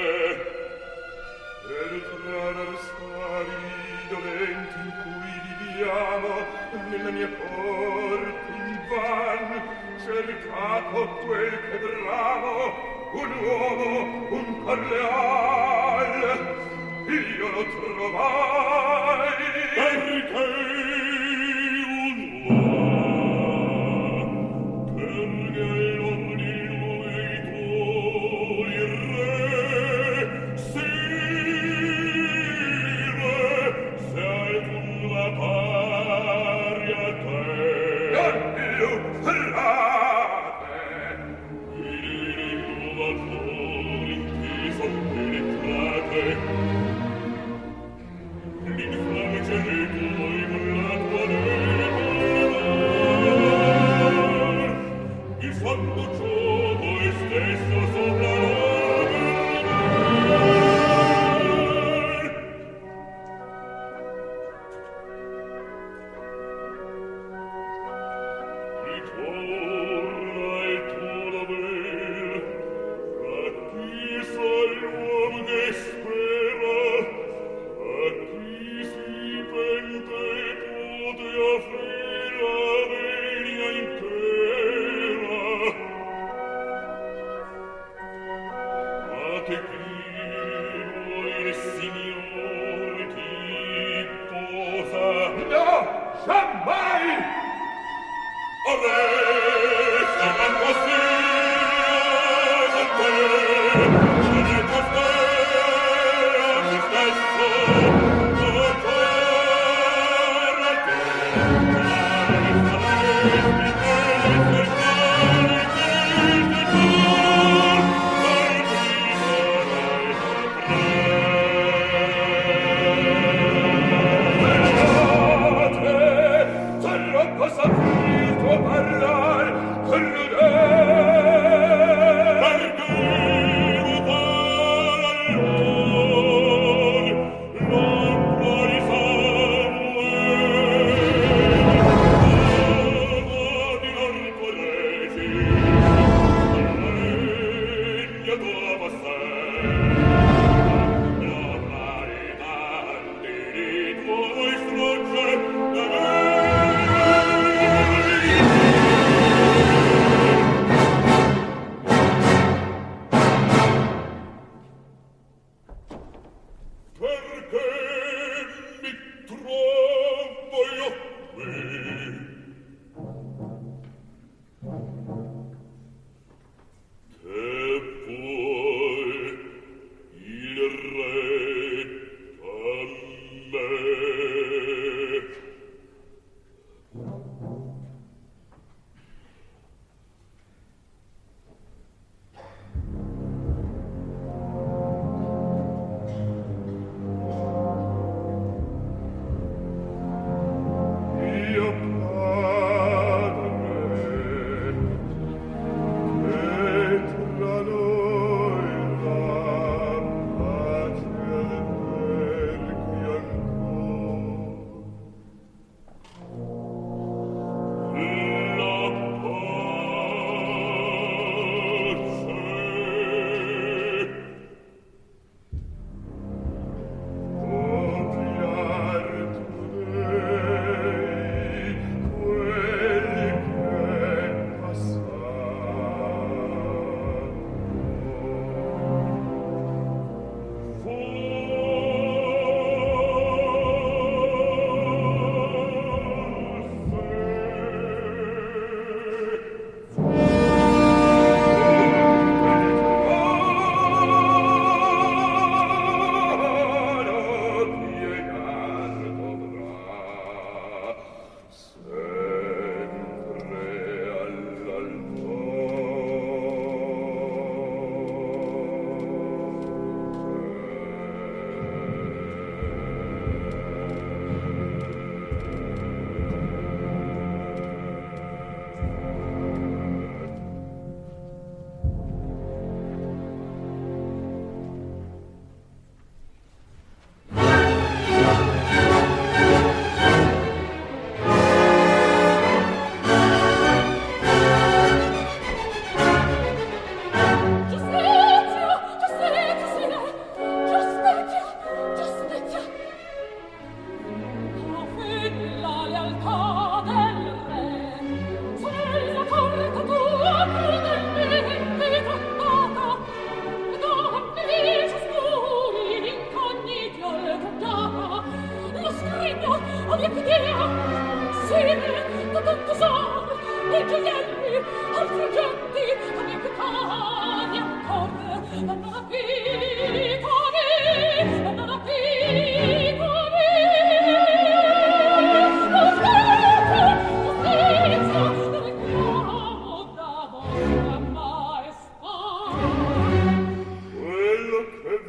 Ed attraversare i dolenti in cui viviamo, nella mia corte invan, cercato quel che bramo, un uomo, un cor leal, io lo trovai. Perché un uomo, perché l'ordine tuoi il re, sire, se alcun la pari a te. Non più frate! Il innovatore inteso Possa il tuo parlar,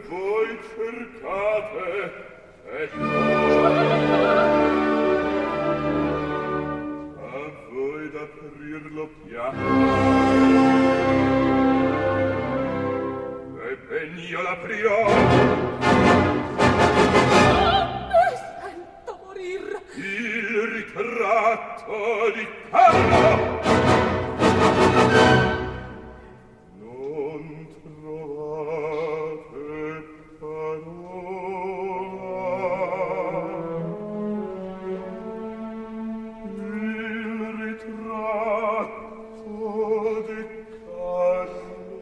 voi cercate e a voi d'aprirlo piano e ben io l'aprirò. Sento morir Il ritratto di Carlo. Non trovate parola. Il ritratto di Carlo.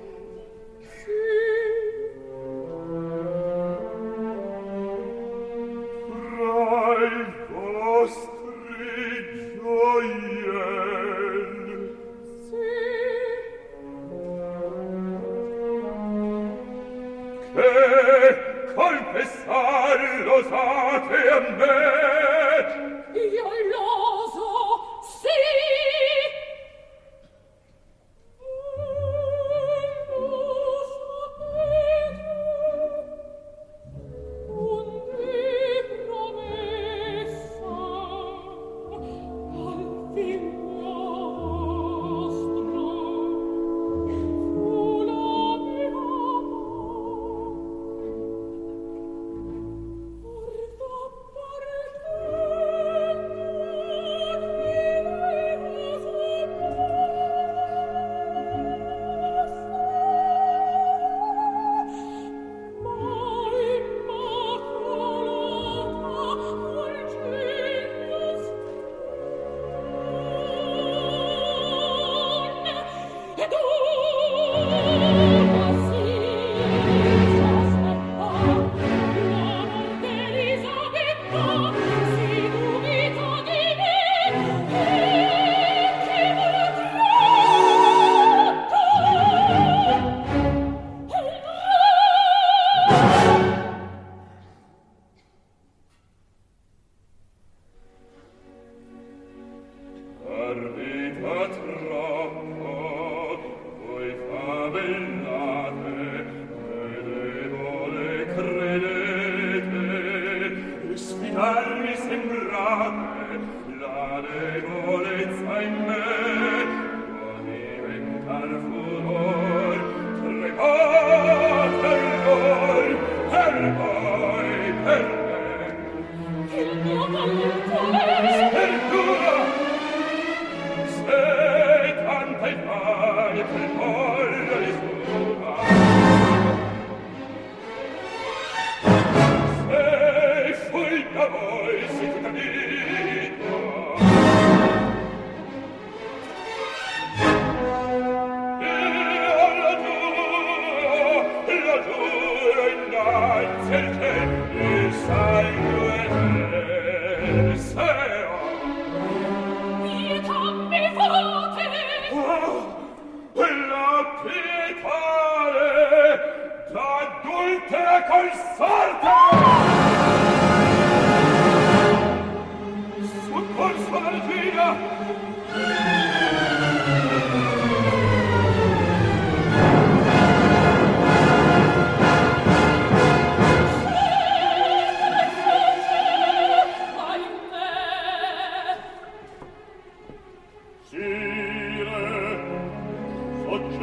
Fra i vostri gioielli. Che confessar l'osate a me? io l'oso, sì.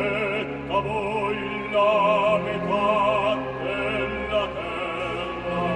Soggetta voi la metà della terra.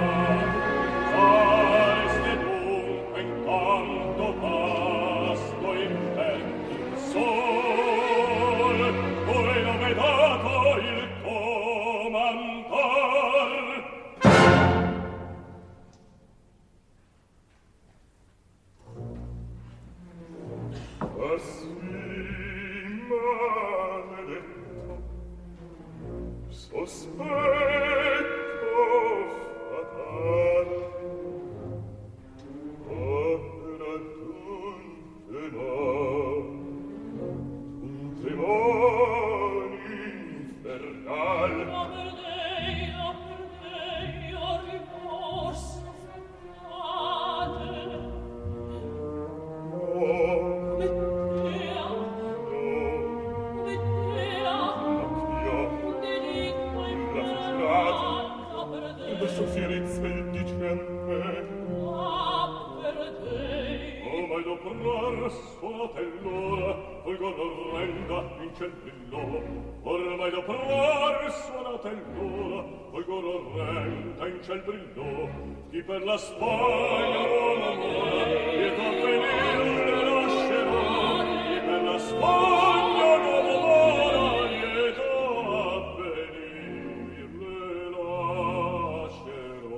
luce il brillo, ormai da par suonata è l'ora, poi corrente in ciel brillo, chi per la Spagna non amora, lieto a venir le lascerò, chi per la Spagna non amora, lieto a venir le lascerò.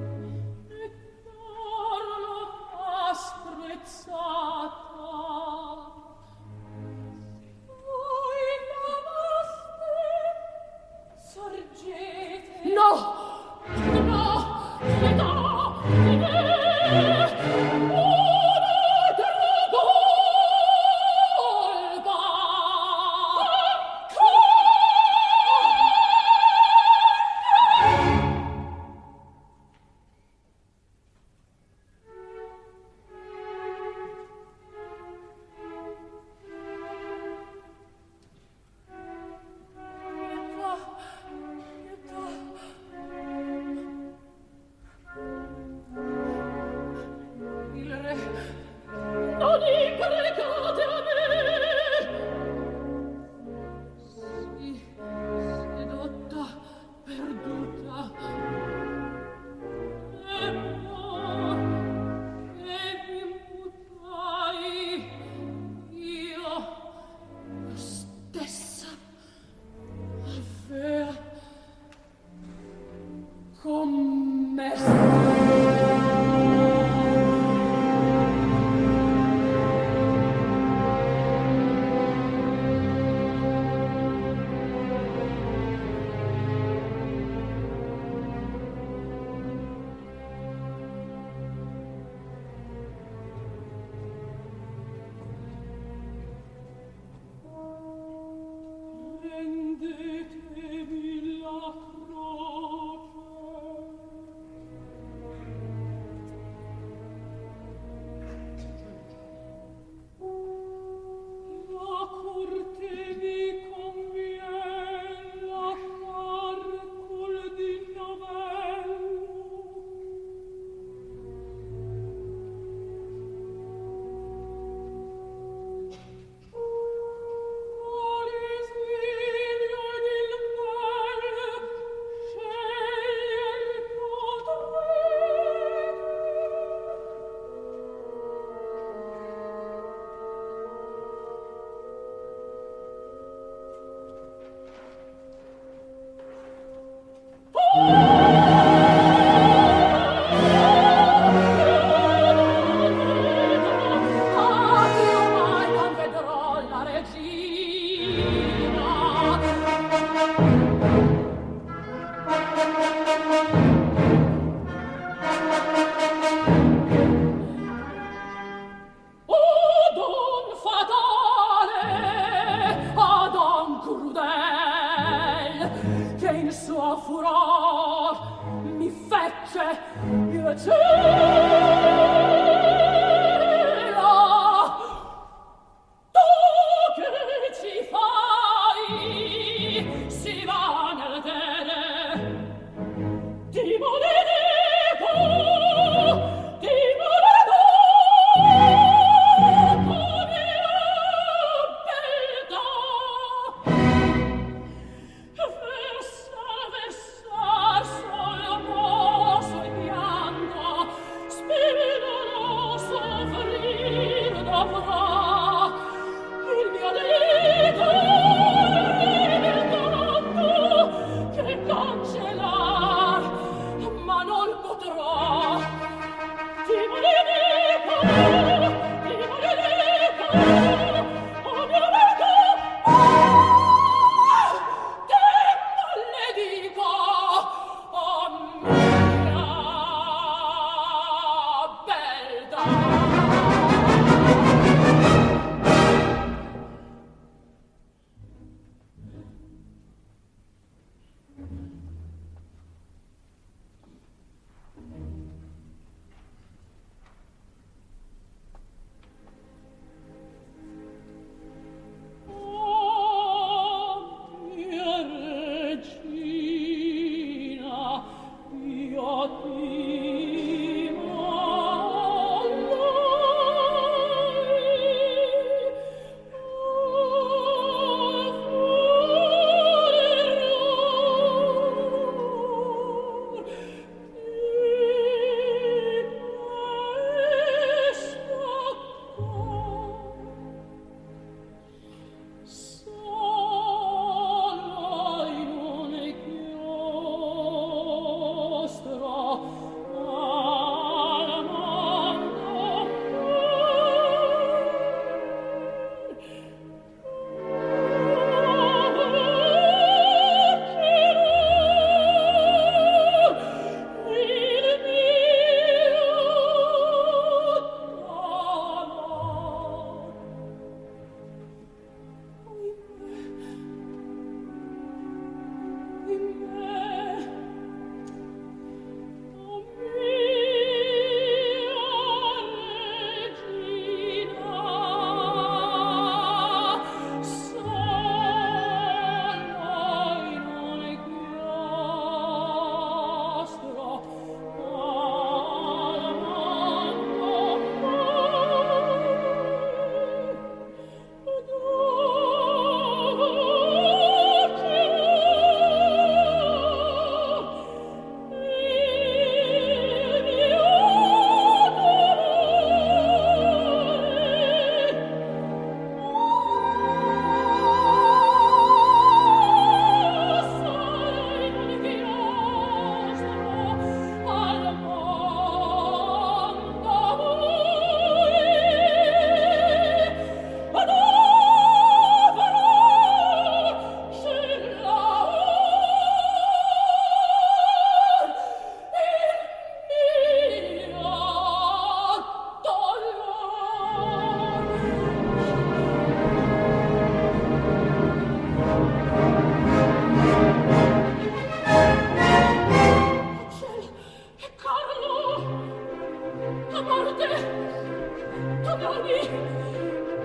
Asprezzata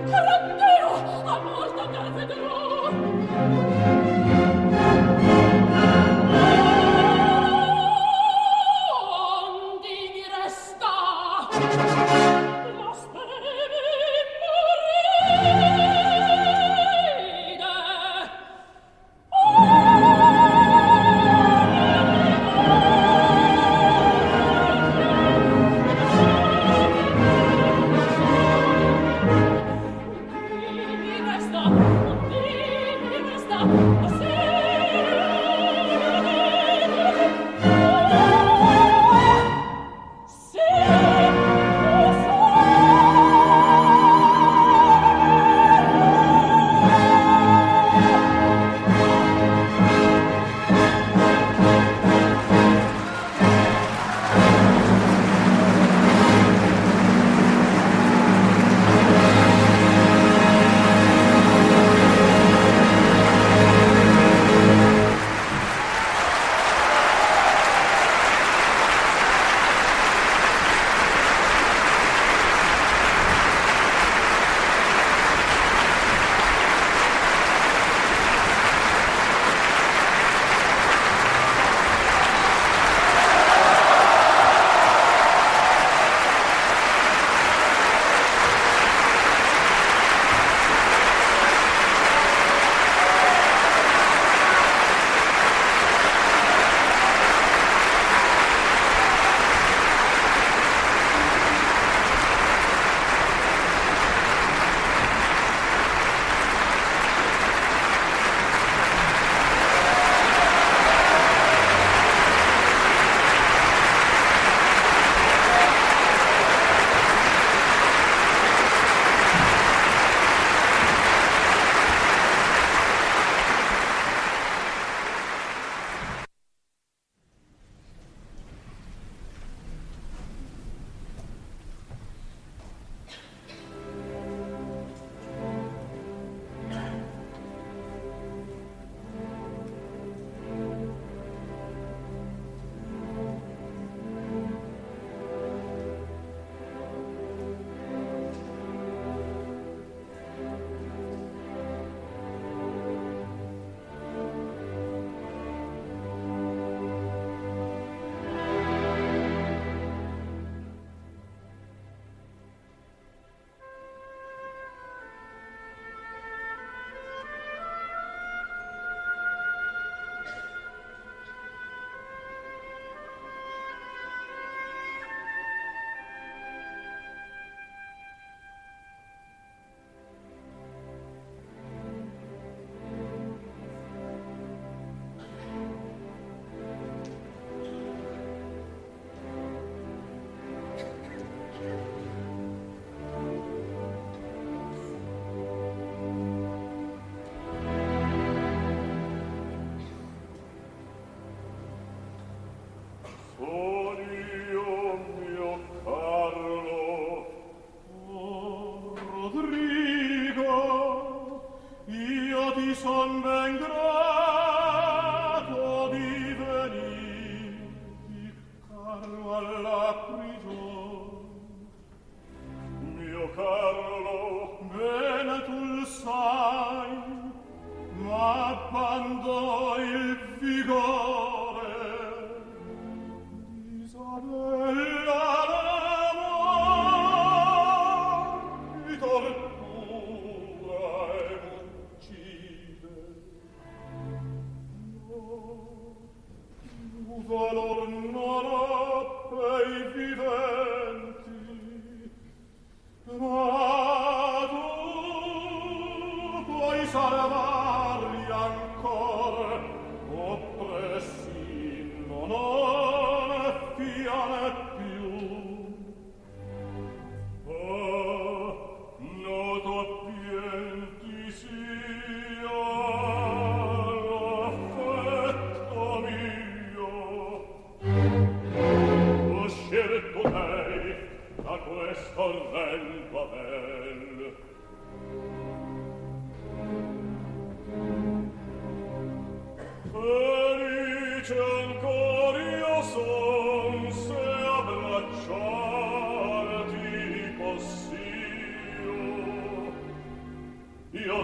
Addio, a molto te vedrò. Ondi mi resta la speme morire.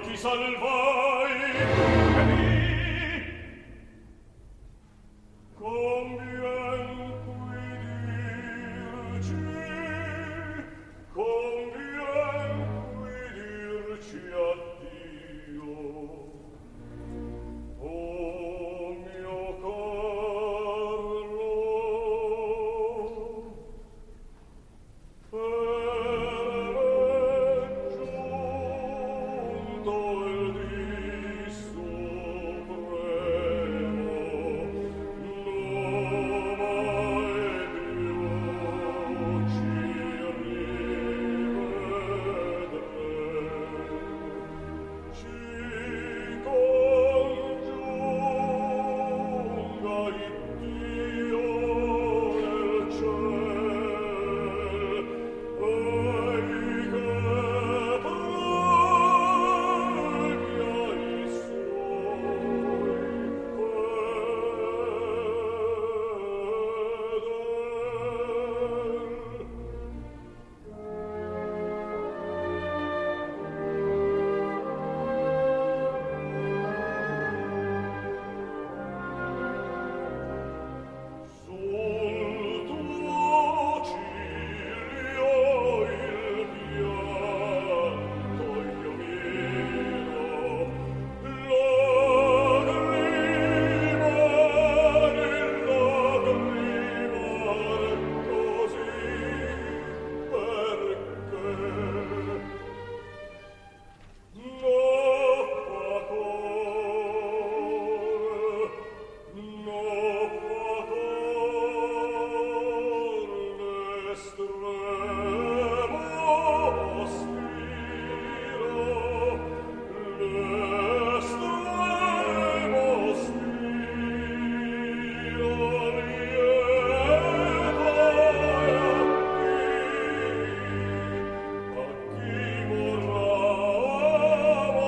ti salvai e mi convien qui dirci addio. Oh mio caro, è giunto il dì supremo, non mai più ci rivedremo. Ci congiunga Iddio nel ciel, ei che premia i suoi sul tuo ciglio il pianto io miro, lagrima così perché no fa cor, no fa cor l'estremo spiro, l'estremo spiro lieto a chi vorrà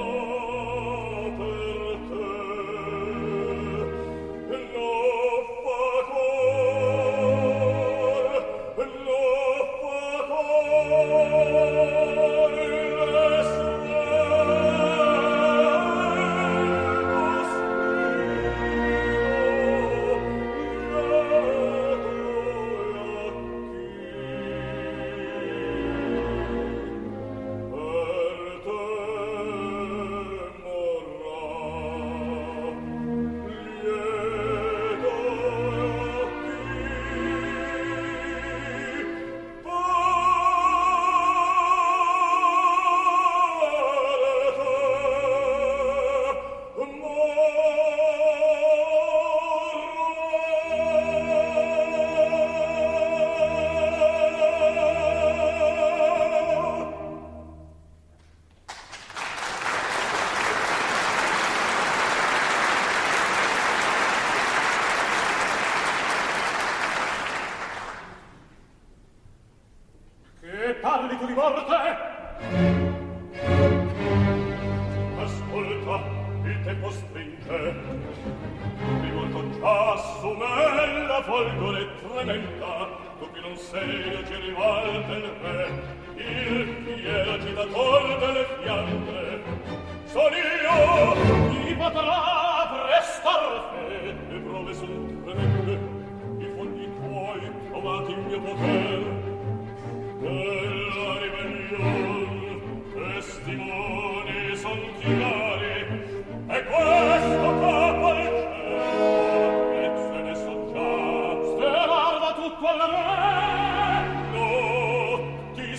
per te. No fa cor, no fa cor l'estremo Che parli tu di morte? Ascolta, il tempo stringe. Rivolto già su me la folgore tremenda. Tu che non sei oggi rival del re, il fiero agitator delle Fiandre. Son io, chi potrà prestar fe? Le prove son tremende, i fogli tuoi trovati in mio poter. Della ribellion testimoni son chiari, e questo capo al cielo e se ne son già stellava tutto al re. No, ti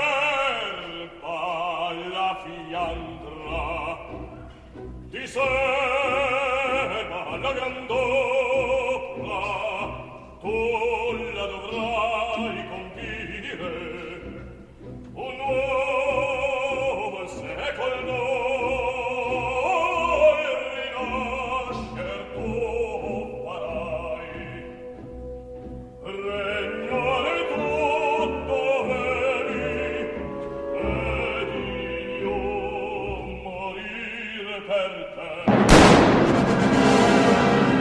serva la Fiandra, ti serva la grandopera, tu la dovrai convivere. Un nuovo secolo noi rinascer tu farai. Regnare tutto vedi, ed io morire per te.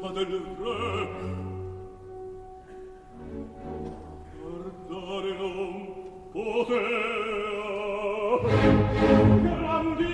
volta del re. Guardare non potea. Grandi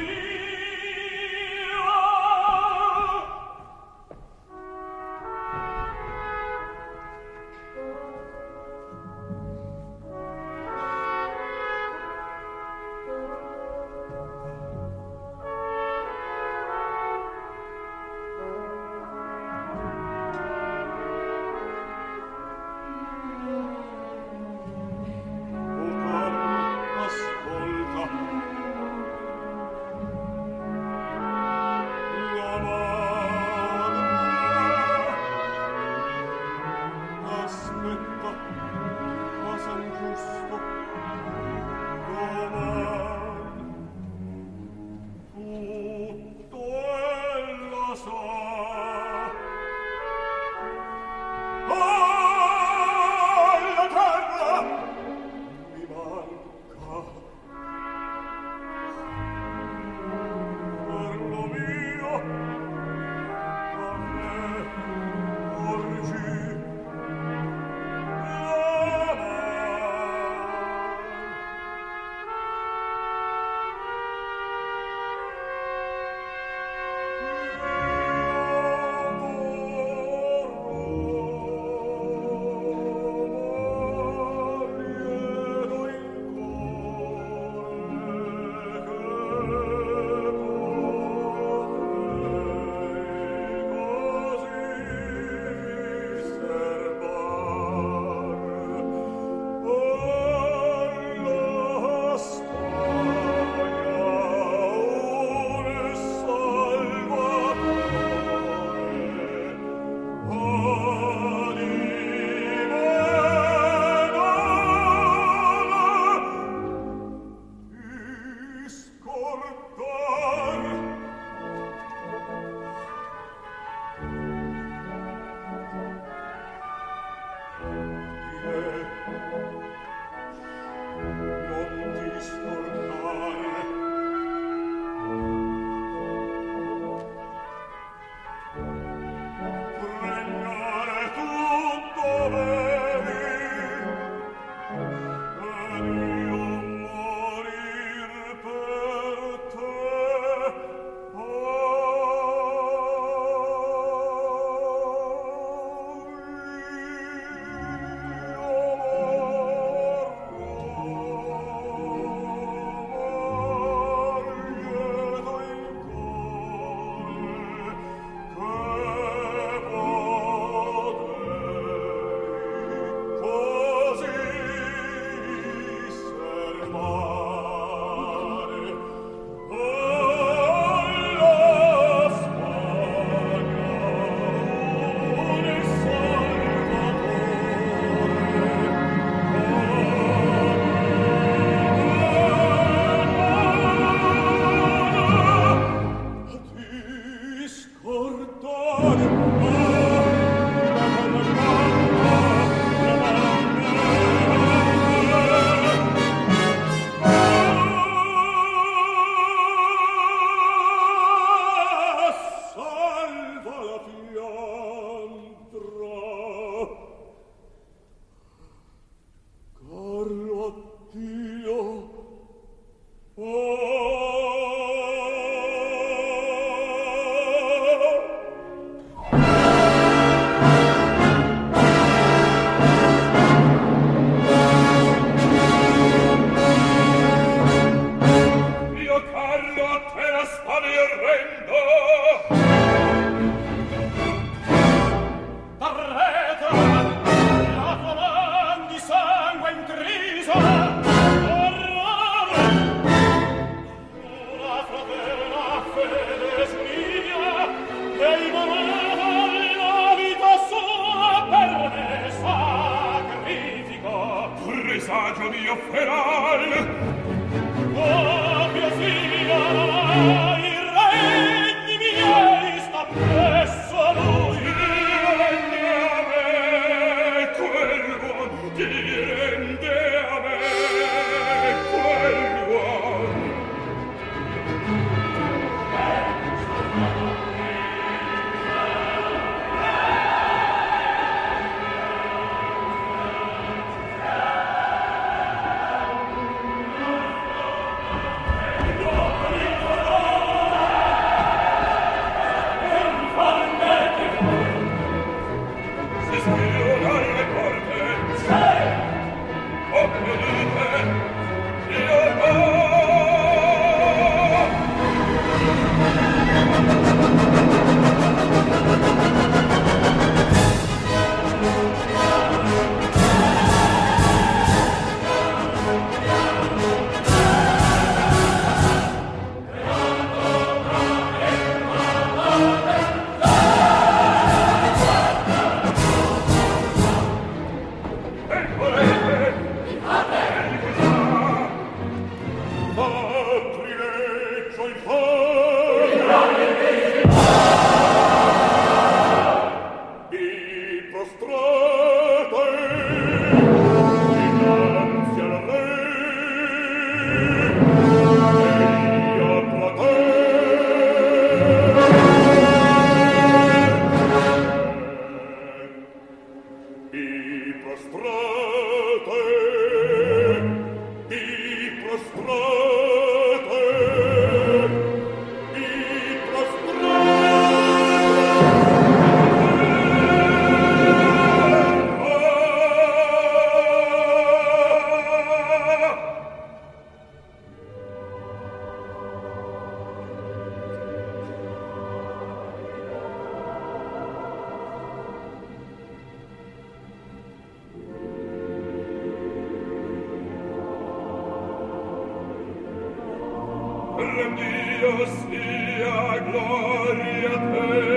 Dio sia gloria a te.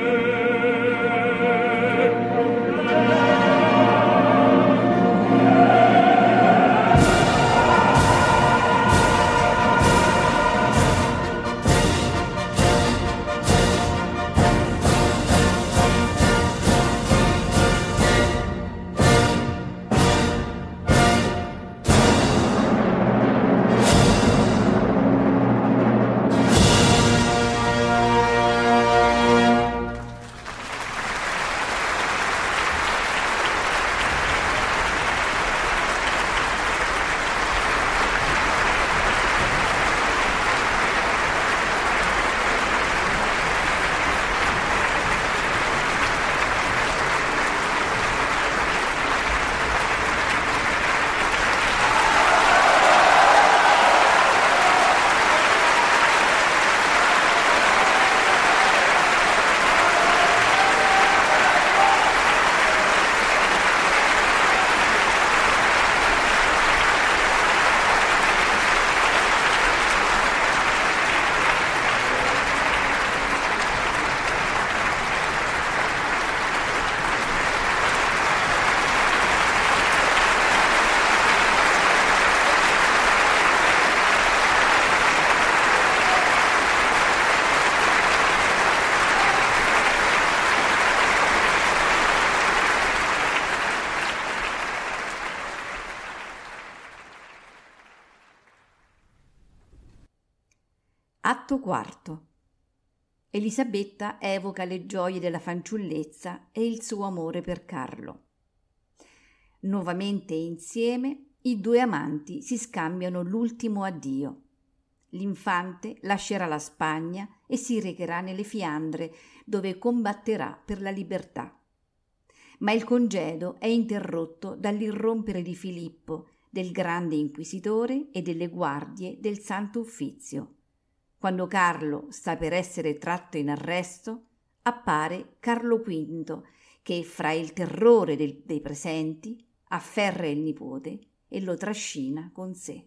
Atto quarto. Elisabetta evoca le gioie della fanciullezza e il suo amore per Carlo. Nuovamente insieme, i due amanti si scambiano l'ultimo addio. L'infante lascerà la Spagna e si recherà nelle Fiandre, dove combatterà per la libertà. Ma il congedo è interrotto dall'irrompere di Filippo, del grande inquisitore e delle guardie del Santo Uffizio. Quando Carlo sta per essere tratto in arresto, appare Carlo V, che fra il terrore dei presenti afferra il nipote e lo trascina con sé.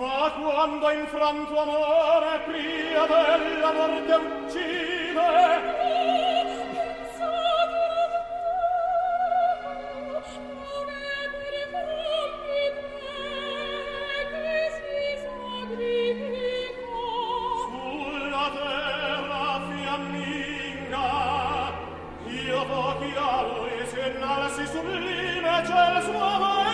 Ma quando infranto amore pria della morte uccide, sulla terra fiamminga, io pochi alli si innalzi sublime ciel suave,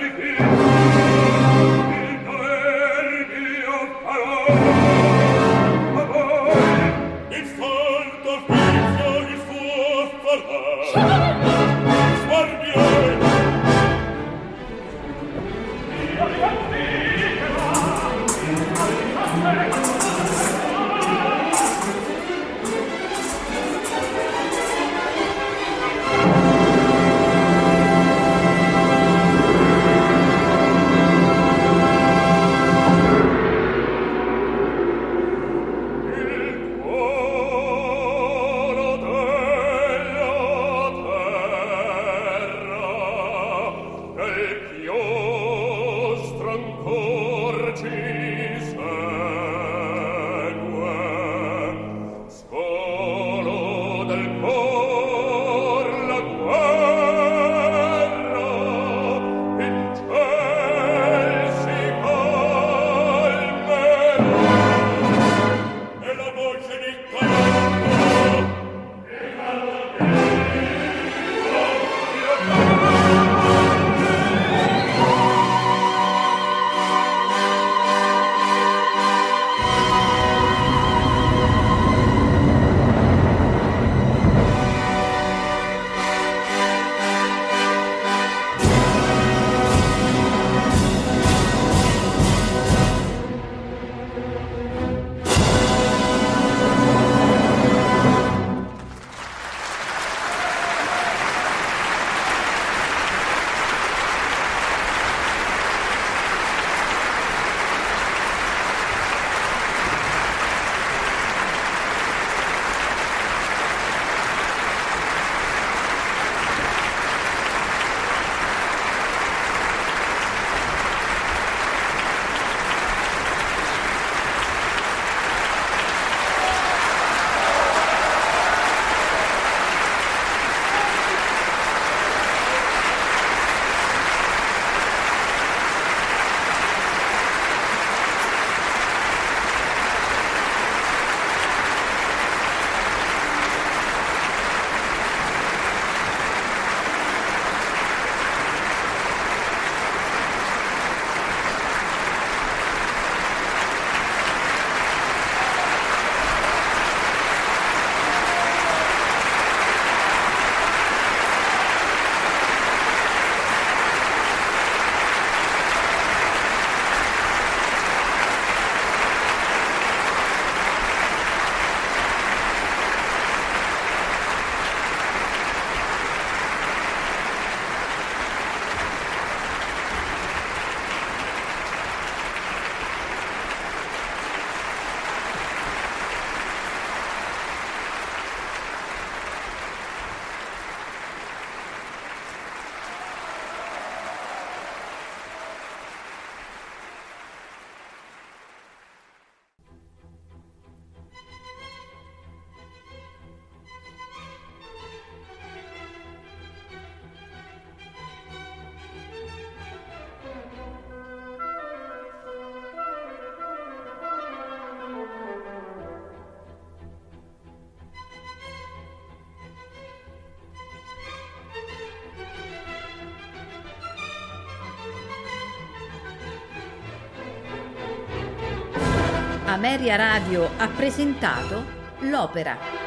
Ameria Radio ha presentato l'opera